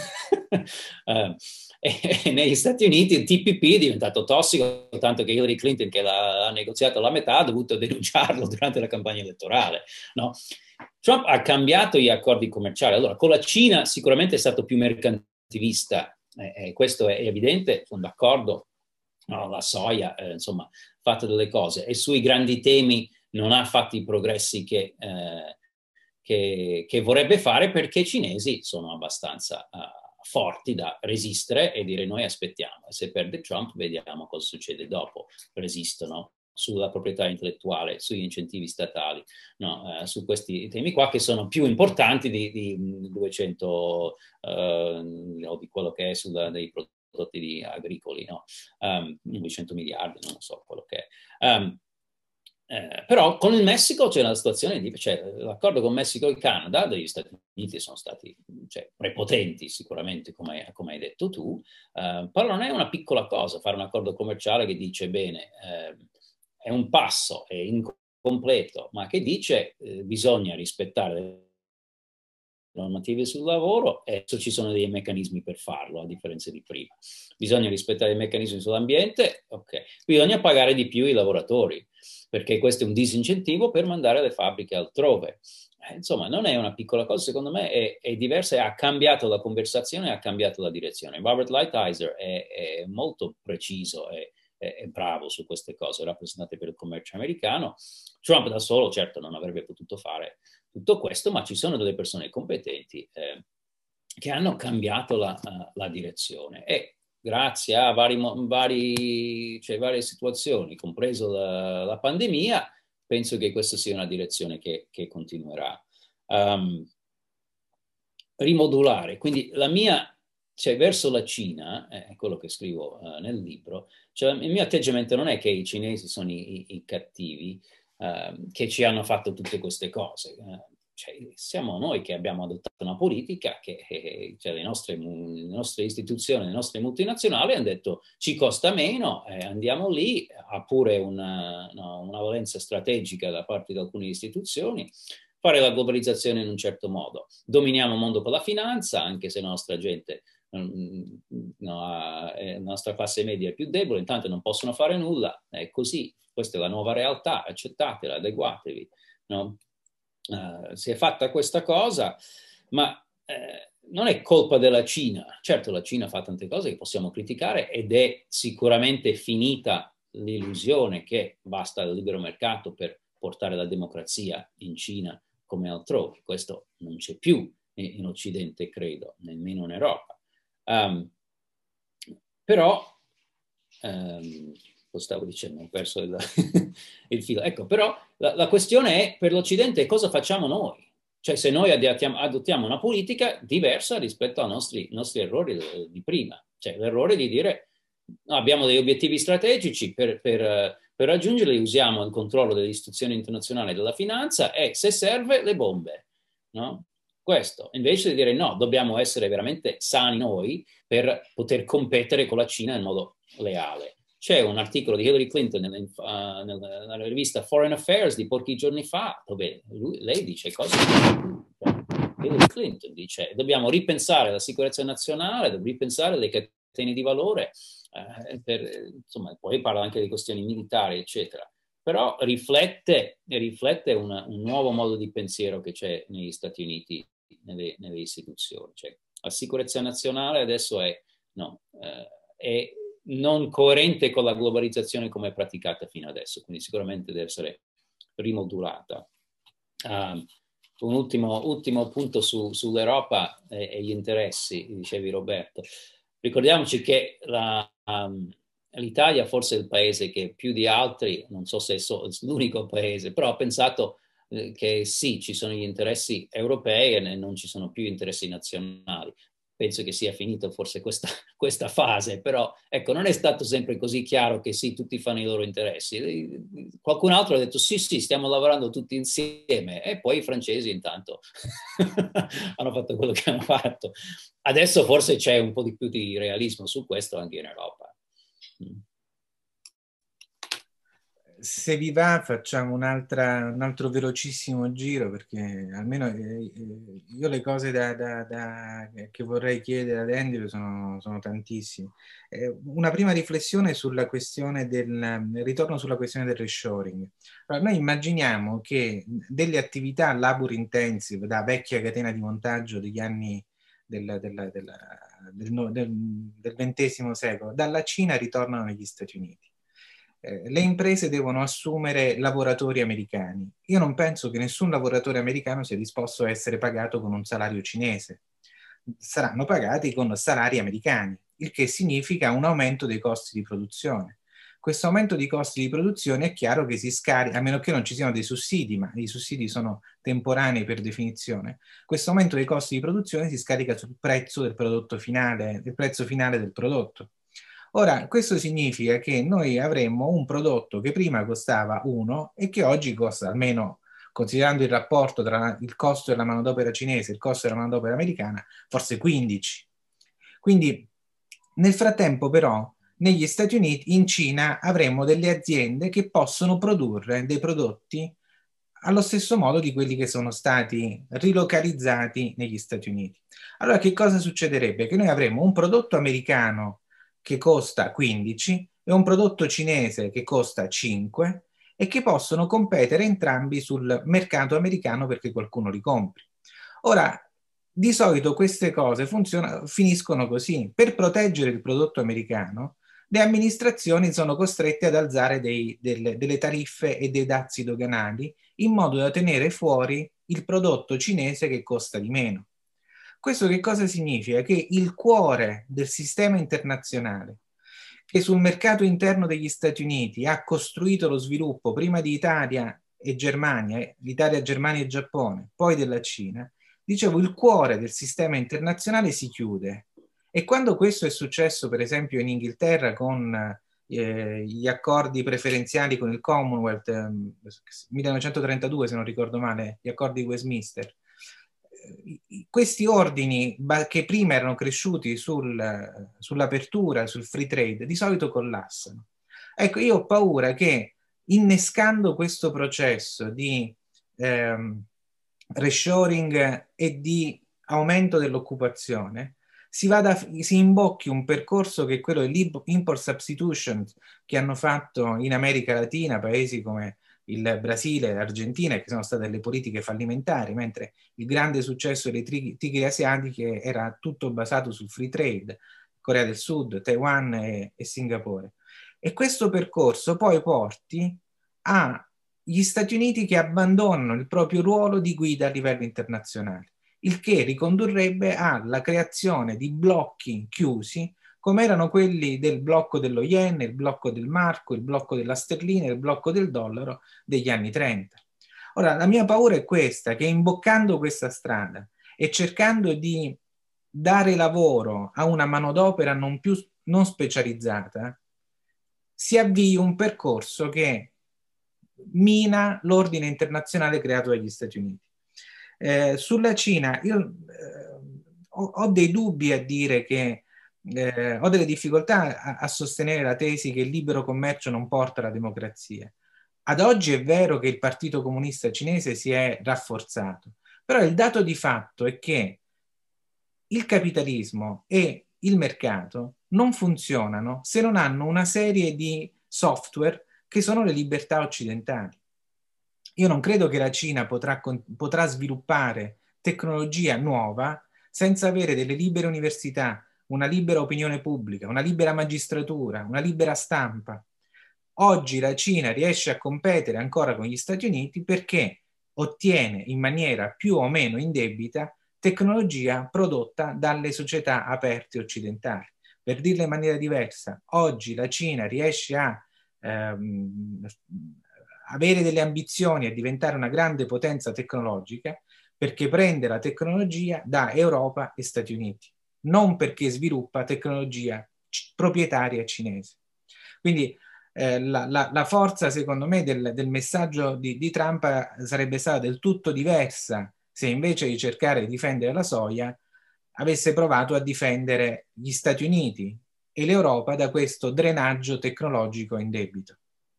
e negli Stati Uniti il TPP è diventato tossico, tanto che Hillary Clinton, che l'ha negoziato alla metà, ha dovuto denunciarlo durante la campagna elettorale, no? Trump ha cambiato gli accordi commerciali. Allora, con la Cina sicuramente è stato più mercantilista, questo è evidente, sono d'accordo, no, la soia, insomma, ha fatto delle cose, e sui grandi temi non ha fatto i progressi che vorrebbe fare, perché i cinesi sono abbastanza forti da resistere e dire: noi aspettiamo, e se perde Trump vediamo cosa succede dopo. Resistono sulla proprietà intellettuale, sugli incentivi statali, no? Su questi temi qua, che sono più importanti di 200 o di quello che è dei prodotti agricoli, no? 200 miliardi, non so quello che è. Però con il Messico c'è una situazione l'accordo con Messico e Canada degli Stati Uniti sono stati prepotenti sicuramente, come hai detto tu, però non è una piccola cosa fare un accordo commerciale che dice: bene, è un passo, è incompleto, ma che dice bisogna rispettare le normative sul lavoro, e ci sono dei meccanismi per farlo, a differenza di prima. Bisogna rispettare i meccanismi sull'ambiente, ok. Bisogna pagare di più i lavoratori, perché questo è un disincentivo per mandare le fabbriche altrove. Insomma, non è una piccola cosa, secondo me è diversa, e ha cambiato la conversazione, ha cambiato la direzione. Robert Lighthizer è molto preciso e è bravo su queste cose, rappresentante per il commercio americano. Trump da solo certo non avrebbe potuto fare tutto questo, ma ci sono delle persone competenti che hanno cambiato la direzione e grazie a varie situazioni, compreso la pandemia, penso che questa sia una direzione che continuerà. Rimodulare, quindi la mia, verso la Cina, è quello che scrivo nel libro, il mio atteggiamento non è che i cinesi sono i cattivi che ci hanno fatto tutte queste cose. Siamo noi che abbiamo adottato una politica che le nostre istituzioni, le nostre multinazionali hanno detto ci costa meno, andiamo lì, ha pure una valenza strategica da parte di alcune istituzioni, fare la globalizzazione in un certo modo. Dominiamo il mondo con la finanza, anche se la nostra gente, la nostra classe media è più debole, intanto non possono fare nulla, è così, questa è la nuova realtà, accettatela, adeguatevi, no? Si è fatta questa cosa, ma non è colpa della Cina. Certo, la Cina fa tante cose che possiamo criticare ed è sicuramente finita l'illusione che basta il libero mercato per portare la democrazia in Cina come altrove. Questo non c'è più in Occidente, credo, nemmeno in Europa. Però, lo stavo dicendo, ho perso il filo. Ecco, però la questione è, per l'Occidente, cosa facciamo noi? Cioè, se noi adottiamo una politica diversa rispetto ai nostri errori di prima. Cioè, l'errore di dire, no, abbiamo degli obiettivi strategici, per raggiungerli usiamo il controllo delle istituzioni internazionali della finanza e, se serve, le bombe, no? Questo, invece di dire no, dobbiamo essere veramente sani noi per poter competere con la Cina in modo leale. C'è un articolo di Hillary Clinton nella rivista Foreign Affairs di pochi giorni fa, dove lei dice cose. Hillary Clinton dice dobbiamo ripensare la sicurezza nazionale, dobbiamo ripensare le catene di valore, insomma, poi parla anche di questioni militari, eccetera. Però riflette un nuovo modo di pensiero che c'è negli Stati Uniti, nelle istituzioni. Cioè, la sicurezza nazionale adesso è non coerente con la globalizzazione come è praticata fino adesso, quindi sicuramente deve essere rimodulata. Un ultimo punto sull'Europa e gli interessi, dicevi Roberto. Ricordiamoci che l'Italia forse è il paese che più di altri, non so se è l'unico paese, però ha pensato che sì, ci sono gli interessi europei e non ci sono più interessi nazionali. Penso che sia finita forse questa fase, però ecco, non è stato sempre così chiaro che sì, tutti fanno i loro interessi. Qualcun altro ha detto sì, stiamo lavorando tutti insieme e poi i francesi intanto hanno fatto quello che hanno fatto. Adesso forse c'è un po' di più di realismo su questo anche in Europa. Se vi va facciamo un altro velocissimo giro, perché almeno io le cose che vorrei chiedere ad Andrew sono tantissime. Una prima riflessione sulla questione ritorno sulla questione del reshoring. Allora, noi immaginiamo che delle attività labor intensive da vecchia catena di montaggio degli anni del XX secolo dalla Cina ritornano negli Stati Uniti. Le imprese devono assumere lavoratori americani. Io non penso che nessun lavoratore americano sia disposto a essere pagato con un salario cinese. Saranno pagati con salari americani, il che significa un aumento dei costi di produzione. Questo aumento di costi di produzione è chiaro che si scarica, a meno che non ci siano dei sussidi, ma i sussidi sono temporanei per definizione. Questo aumento dei costi di produzione si scarica sul prezzo del prodotto finale, del prezzo finale del prodotto. Ora, questo significa che noi avremmo un prodotto che prima costava 1 e che oggi costa, almeno considerando il rapporto tra il costo della manodopera cinese e il costo della manodopera americana, forse 15. Quindi, nel frattempo però, negli Stati Uniti, in Cina, avremmo delle aziende che possono produrre dei prodotti allo stesso modo di quelli che sono stati rilocalizzati negli Stati Uniti. Allora, che cosa succederebbe? Che noi avremmo un prodotto americano che costa 15 e un prodotto cinese che costa 5 e che possono competere entrambi sul mercato americano perché qualcuno li compri. Ora, di solito queste cose finiscono così. Per proteggere il prodotto americano le amministrazioni sono costrette ad alzare delle tariffe e dei dazi doganali in modo da tenere fuori il prodotto cinese che costa di meno. Questo che cosa significa? Che il cuore del sistema internazionale, che sul mercato interno degli Stati Uniti ha costruito lo sviluppo prima di Italia e Germania, l'Italia, Germania e Giappone, poi della Cina, dicevo, il cuore del sistema internazionale si chiude. E quando questo è successo, per esempio, in Inghilterra con gli accordi preferenziali con il Commonwealth, 1932 se non ricordo male, gli accordi di Westminster, questi ordini che prima erano cresciuti sull'apertura, sul free trade, di solito collassano. Ecco, io ho paura che innescando questo processo di reshoring e di aumento dell'occupazione, si imbocchi un percorso che è quello dell'import substitution che hanno fatto in America Latina paesi come il Brasile e l'Argentina, che sono state delle politiche fallimentari, mentre il grande successo delle tigri asiatiche era tutto basato sul free trade, Corea del Sud, Taiwan e Singapore. E questo percorso poi porti agli Stati Uniti che abbandonano il proprio ruolo di guida a livello internazionale, il che ricondurrebbe alla creazione di blocchi chiusi, come erano quelli del blocco dello yen, il blocco del marco, il blocco della sterlina, il blocco del dollaro degli anni 30. Ora, la mia paura è questa, che imboccando questa strada e cercando di dare lavoro a una manodopera non specializzata, si avvii un percorso che mina l'ordine internazionale creato dagli Stati Uniti. Sulla Cina io ho dei dubbi a dire che ho delle difficoltà a sostenere la tesi che il libero commercio non porta alla democrazia. Ad oggi è vero che il Partito Comunista Cinese si è rafforzato, però il dato di fatto è che il capitalismo e il mercato non funzionano se non hanno una serie di software che sono le libertà occidentali. Io non credo che la Cina potrà sviluppare tecnologia nuova senza avere delle libere università, una libera opinione pubblica, una libera magistratura, una libera stampa. Oggi la Cina riesce a competere ancora con gli Stati Uniti perché ottiene in maniera più o meno indebita tecnologia prodotta dalle società aperte occidentali. Per dirla in maniera diversa, oggi la Cina riesce a avere delle ambizioni a diventare una grande potenza tecnologica perché prende la tecnologia da Europa e Stati Uniti, non perché sviluppa tecnologia proprietaria cinese. Quindi la forza, secondo me, del messaggio di Trump sarebbe stata del tutto diversa se invece di cercare di difendere la soia avesse provato a difendere gli Stati Uniti e l'Europa da questo drenaggio tecnologico in debito.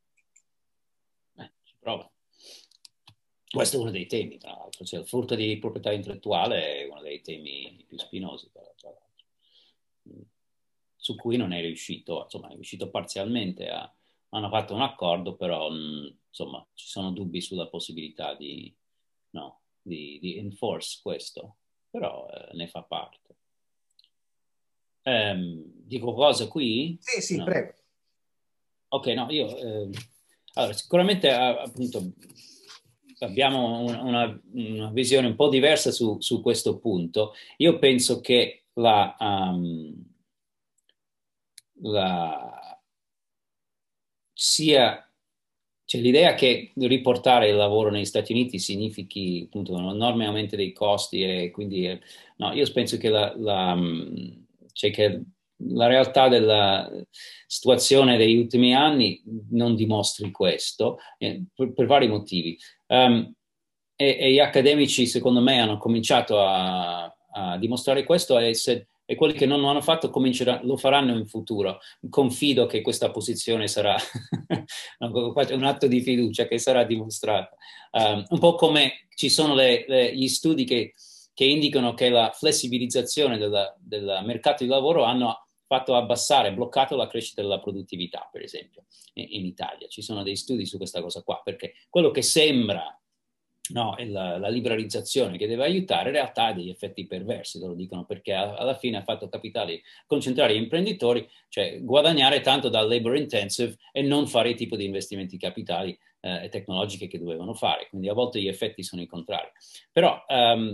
Ci prova. Questo è uno dei temi, tra l'altro, cioè il furto di proprietà intellettuale è uno dei temi più spinosi, tra l'altro, su cui non è riuscito, insomma, è riuscito parzialmente hanno fatto un accordo, però insomma ci sono dubbi sulla possibilità di enforce questo, però ne fa parte. Dico cose qui? Sì, no. Prego. Ok, no, io allora, sicuramente appunto abbiamo una visione un po' diversa su questo punto. Io penso che c'è l'idea che riportare il lavoro negli Stati Uniti significhi appunto un enorme aumento dei costi e quindi no, io penso che la realtà della situazione degli ultimi anni non dimostri questo per vari motivi e gli accademici secondo me hanno cominciato a dimostrare questo e quelli che non lo hanno fatto lo faranno in futuro. Confido che questa posizione sarà un atto di fiducia che sarà dimostrata. Un po' come ci sono gli studi che indicano che la flessibilizzazione del mercato di lavoro hanno fatto bloccato la crescita della produttività, per esempio, in Italia. Ci sono dei studi su questa cosa qua, perché quello che sembra no, la liberalizzazione che deve aiutare, in realtà ha degli effetti perversi, lo dicono, perché alla fine ha fatto capitali concentrare gli imprenditori, cioè guadagnare tanto dal labor intensive e non fare il tipo di investimenti capitali e tecnologiche che dovevano fare. Quindi a volte gli effetti sono i contrari. Però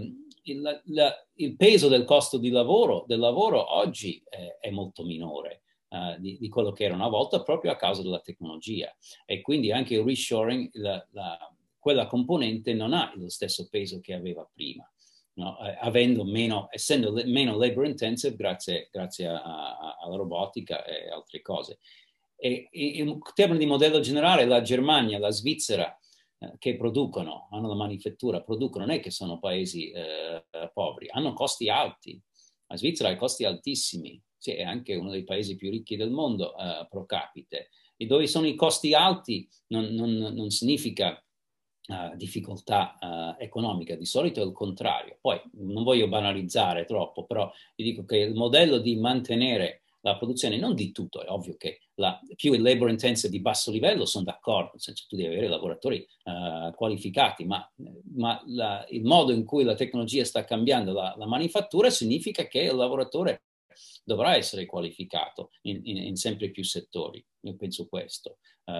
il peso del costo del lavoro oggi è molto minore di quello che era una volta, proprio a causa della tecnologia. E quindi anche il reshoring, quella componente non ha lo stesso peso che aveva prima, no? Essendo meno labor intensive grazie alla robotica e altre cose. E in termini di modello generale, la Germania, la Svizzera, che hanno la manifattura, non è che sono paesi poveri, hanno costi alti. La Svizzera ha costi altissimi, sì, è anche uno dei paesi più ricchi del mondo pro capite. E dove sono i costi alti non significa difficoltà economica, di solito è il contrario. Poi non voglio banalizzare troppo, però vi dico che il modello di mantenere la produzione, non di tutto, è ovvio che più il labor intensive di basso livello, sono d'accordo, nel senso tu devi avere lavoratori qualificati, ma il modo in cui la tecnologia sta cambiando la manifattura significa che il lavoratore dovrà essere qualificato in sempre più settori. Io penso questo.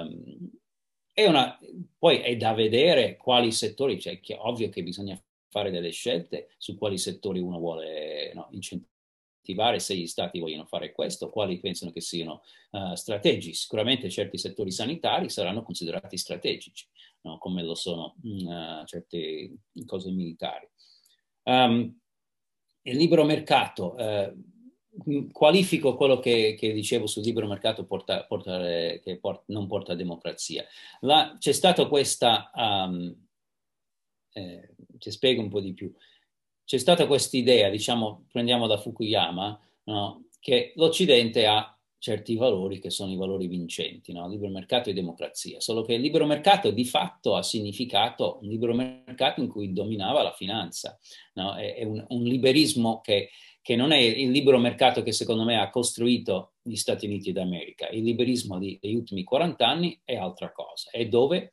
Poi è da vedere quali settori, cioè che è ovvio che bisogna fare delle scelte su quali settori uno vuole incentivare, se gli stati vogliono fare questo, quali pensano che siano strategici. Sicuramente certi settori sanitari saranno considerati strategici, no? Come lo sono certe cose militari. Il libero mercato, qualifico quello che dicevo sul libero mercato non porta a democrazia. C'è stata questa, ti spiego un po' di più, c'è stata questa idea, diciamo, prendiamo da Fukuyama, no? Che l'Occidente ha certi valori che sono i valori vincenti, no? Libero mercato e democrazia, solo che il libero mercato di fatto ha significato un libero mercato in cui dominava la finanza, no? È un liberismo che non è il libero mercato che secondo me ha costruito gli Stati Uniti d'America. Il liberismo degli ultimi 40 anni è altra cosa, è dove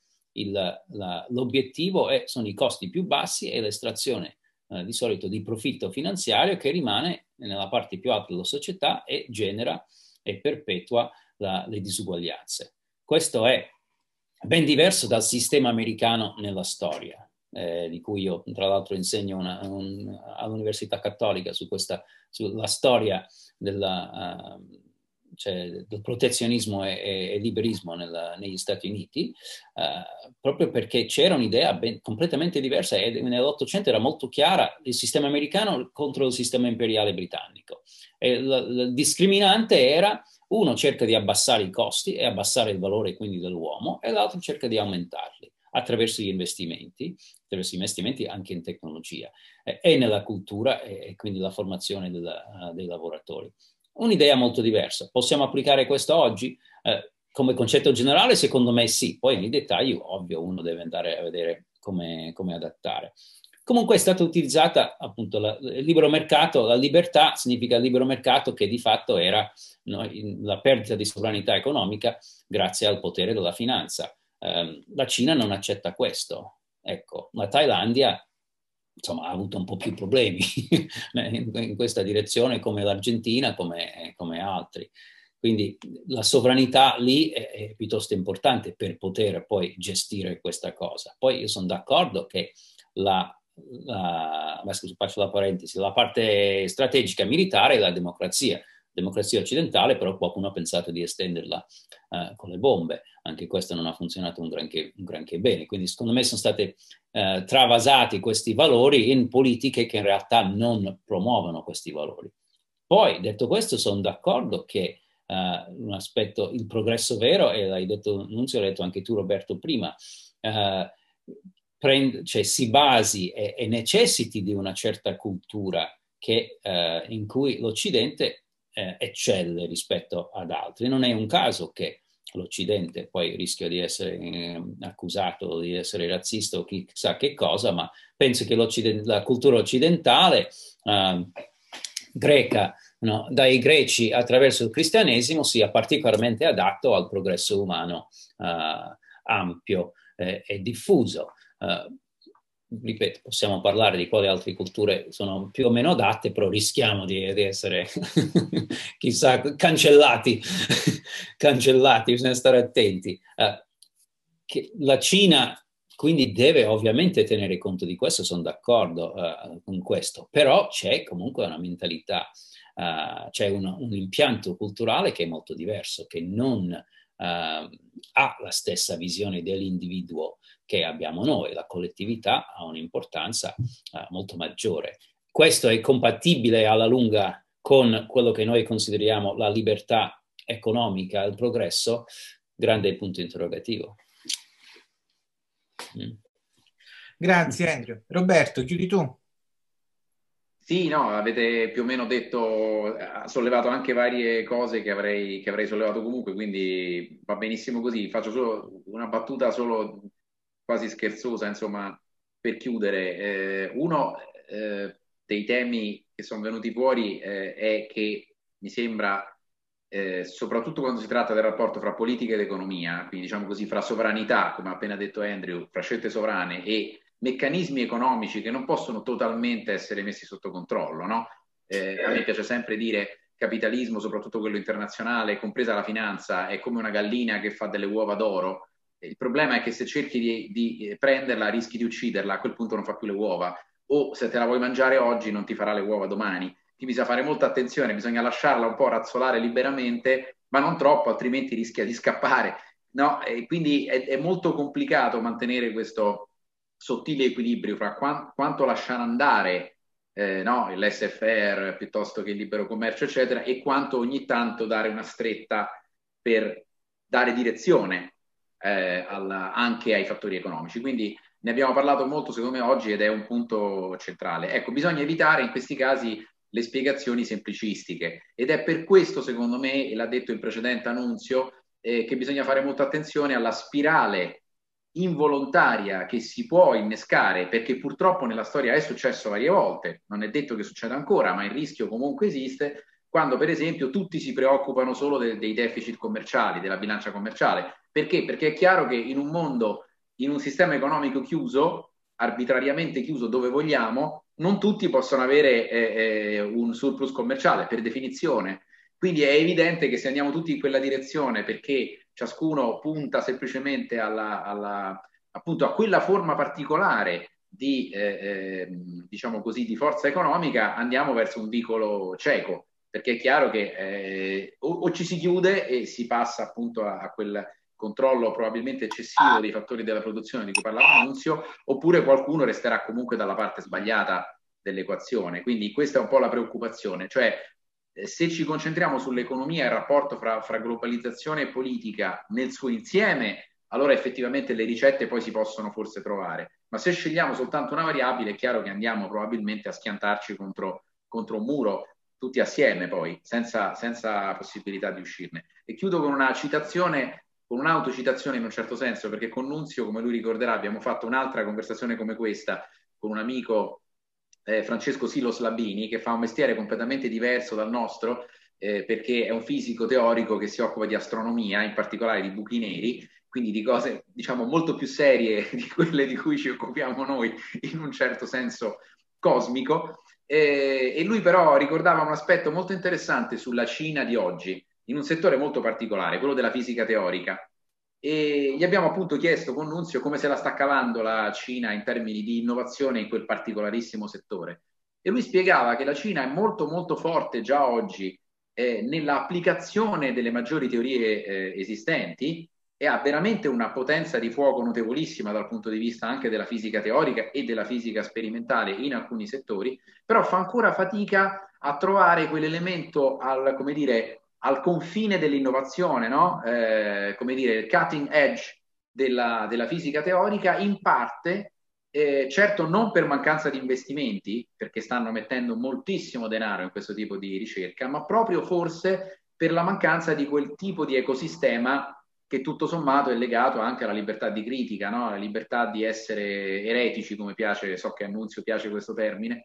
l'obiettivo sono i costi più bassi e l'estrazione di solito di profitto finanziario che rimane nella parte più alta della società e genera e perpetua le disuguaglianze. Questo è ben diverso dal sistema americano nella storia. Di cui io tra l'altro insegno all'Università Cattolica sulla storia del protezionismo e liberismo negli Stati Uniti, proprio perché c'era un'idea completamente diversa e nell'Ottocento era molto chiara il sistema americano contro il sistema imperiale britannico. E il discriminante era: uno cerca di abbassare i costi e abbassare il valore quindi dell'uomo, e l'altro cerca di aumentarli attraverso gli investimenti anche in tecnologia e nella cultura e quindi la formazione dei lavoratori. Un'idea molto diversa. Possiamo applicare questo oggi? Come concetto generale, secondo me sì. Poi nei dettagli, ovvio, uno deve andare a vedere come adattare. Comunque è stata utilizzata appunto il libero mercato, la libertà significa il libero mercato che di fatto era la perdita di sovranità economica grazie al potere della finanza. La Cina non accetta questo. Ecco, la Thailandia insomma ha avuto un po' più problemi in questa direzione, come l'Argentina, come altri. Quindi la sovranità lì è piuttosto importante per poter poi gestire questa cosa. Poi io sono d'accordo che faccio la parentesi, la parte strategica militare è la democrazia occidentale, però qualcuno ha pensato di estenderla con le bombe. Anche questo non ha funzionato un granché bene. Quindi secondo me sono stati travasati questi valori in politiche che in realtà non promuovono questi valori. Poi, detto questo, sono d'accordo che un aspetto, il progresso vero, e l'hai detto Nunzio, l'hai detto anche tu Roberto prima, si basi e necessiti di una certa cultura in cui l'Occidente eccelle rispetto ad altri. Non è un caso che l'Occidente, poi rischia di essere accusato di essere razzista o chissà che cosa, ma penso che la cultura occidentale greca, no, dai greci attraverso il cristianesimo, sia particolarmente adatto al progresso umano ampio e diffuso. ripeto, possiamo parlare di quali altre culture sono più o meno adatte, però rischiamo di essere, chissà, cancellati, bisogna stare attenti. Che la Cina quindi deve ovviamente tenere conto di questo, sono d'accordo con questo, però c'è comunque una mentalità, c'è un impianto culturale che è molto diverso, che non ha la stessa visione dell'individuo che abbiamo noi. La collettività ha un'importanza molto maggiore. Questo è compatibile alla lunga con quello che noi consideriamo la libertà economica, il progresso? Grande punto interrogativo. Grazie Andrew. Roberto, chiudi tu. Sì, no, avete più o meno detto, sollevato anche varie cose che avrei sollevato comunque, quindi va benissimo così. Faccio solo una battuta solo quasi scherzosa, insomma, per chiudere. Uno dei temi che sono venuti fuori è che mi sembra, soprattutto quando si tratta del rapporto fra politica ed economia, quindi diciamo così, fra sovranità, come ha appena detto Andrew, fra scelte sovrane e meccanismi economici che non possono totalmente essere messi sotto controllo, no? A me piace sempre dire capitalismo, soprattutto quello internazionale, compresa la finanza, è come una gallina che fa delle uova d'oro. Il problema è che se cerchi di prenderla rischi di ucciderla, a quel punto non fa più le uova, o se te la vuoi mangiare oggi non ti farà le uova domani. Quindi bisogna fare molta attenzione, bisogna lasciarla un po' razzolare liberamente, ma non troppo, altrimenti rischia di scappare, no? E quindi è molto complicato mantenere questo sottile equilibrio fra quanto lasciare andare no, il laissez-faire piuttosto che il libero commercio, eccetera, e quanto ogni tanto dare una stretta per dare direzione anche ai fattori economici. Quindi ne abbiamo parlato molto, secondo me, oggi ed è un punto centrale. Ecco, bisogna evitare in questi casi le spiegazioni semplicistiche ed è per questo, secondo me, e l'ha detto il precedente Annunzio, che bisogna fare molta attenzione alla spirale involontaria che si può innescare, perché purtroppo nella storia è successo varie volte, non è detto che succeda ancora, ma il rischio comunque esiste, quando per esempio tutti si preoccupano solo dei deficit commerciali, della bilancia commerciale. Perché? Perché è chiaro che in un mondo, in un sistema economico chiuso, arbitrariamente chiuso dove vogliamo, non tutti possono avere un surplus commerciale, per definizione. Quindi è evidente che se andiamo tutti in quella direzione perché ciascuno punta semplicemente appunto a quella forma particolare di, diciamo così, di forza economica, andiamo verso un vicolo cieco, perché è chiaro che o ci si chiude e si passa appunto a quel controllo probabilmente eccessivo dei fattori della produzione di cui parlava Annunzio, oppure qualcuno resterà comunque dalla parte sbagliata dell'equazione. Quindi questa è un po' la preoccupazione, cioè se ci concentriamo sull'economia e il rapporto fra globalizzazione e politica nel suo insieme, allora effettivamente le ricette poi si possono forse trovare. Ma se scegliamo soltanto una variabile, è chiaro che andiamo probabilmente a schiantarci contro un muro, tutti assieme poi, senza possibilità di uscirne. E chiudo con una citazione, con un'autocitazione in un certo senso, perché con Nunzio, come lui ricorderà, abbiamo fatto un'altra conversazione come questa con un amico, Francesco Silos Labini, che fa un mestiere completamente diverso dal nostro, perché è un fisico teorico che si occupa di astronomia, in particolare di buchi neri, quindi di cose diciamo molto più serie di quelle di cui ci occupiamo noi, in un certo senso cosmico, e lui però ricordava un aspetto molto interessante sulla Cina di oggi, in un settore molto particolare, quello della fisica teorica. E gli abbiamo appunto chiesto con Nunzio come se la sta cavando la Cina in termini di innovazione in quel particolarissimo settore. E lui spiegava che la Cina è molto molto forte già oggi nell'applicazione delle maggiori teorie esistenti e ha veramente una potenza di fuoco notevolissima dal punto di vista anche della fisica teorica e della fisica sperimentale in alcuni settori, però fa ancora fatica a trovare quell'elemento come dire, al confine dell'innovazione, no? Come dire, il cutting edge della fisica teorica, in parte, certo non per mancanza di investimenti, perché stanno mettendo moltissimo denaro in questo tipo di ricerca, ma proprio forse per la mancanza di quel tipo di ecosistema che tutto sommato è legato anche alla libertà di critica, no? Alla libertà di essere eretici, come piace, so che Annunzio piace questo termine,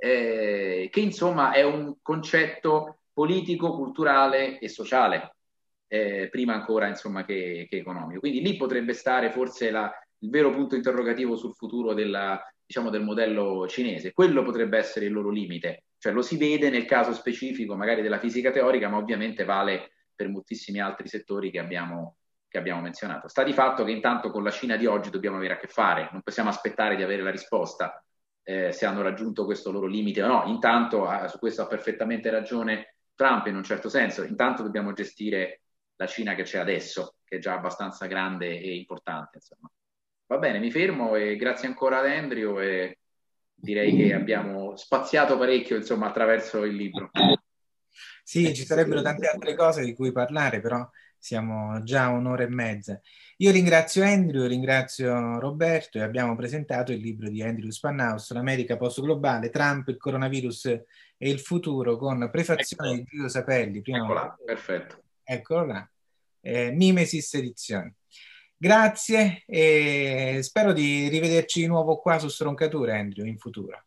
che insomma è un concetto politico, culturale e sociale, prima ancora insomma che economico. Quindi lì potrebbe stare forse il vero punto interrogativo sul futuro della diciamo, del modello cinese. Quello potrebbe essere il loro limite, cioè lo si vede nel caso specifico magari della fisica teorica, ma ovviamente vale per moltissimi altri settori che abbiamo menzionato. Sta di fatto che intanto con la Cina di oggi dobbiamo avere a che fare, non possiamo aspettare di avere la risposta se hanno raggiunto questo loro limite o no. Intanto, su questo ha perfettamente ragione Trump in un certo senso, intanto dobbiamo gestire la Cina che c'è adesso, che è già abbastanza grande e importante, insomma. Va bene, mi fermo e grazie ancora ad Andrew, e direi che abbiamo spaziato parecchio, insomma, attraverso il libro. Sì, ci sarebbero tante altre cose di cui parlare, però siamo già a un'ora e mezza. Io ringrazio Andrew, ringrazio Roberto, e abbiamo presentato il libro di Andrew Spanhaus, L'America post-globale, Trump, il coronavirus e il futuro, con prefazione di Giulio Sapelli. Eccola, perfetto. Eccolo là, Mimesis Edizioni. Grazie e spero di rivederci di nuovo qua su Stroncature, Andrew, in futuro.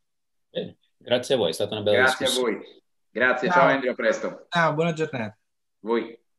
Grazie a voi, è stata una bella discussione. Grazie a voi. Grazie, ciao Andrew, a presto. Ciao, buona giornata. Voi.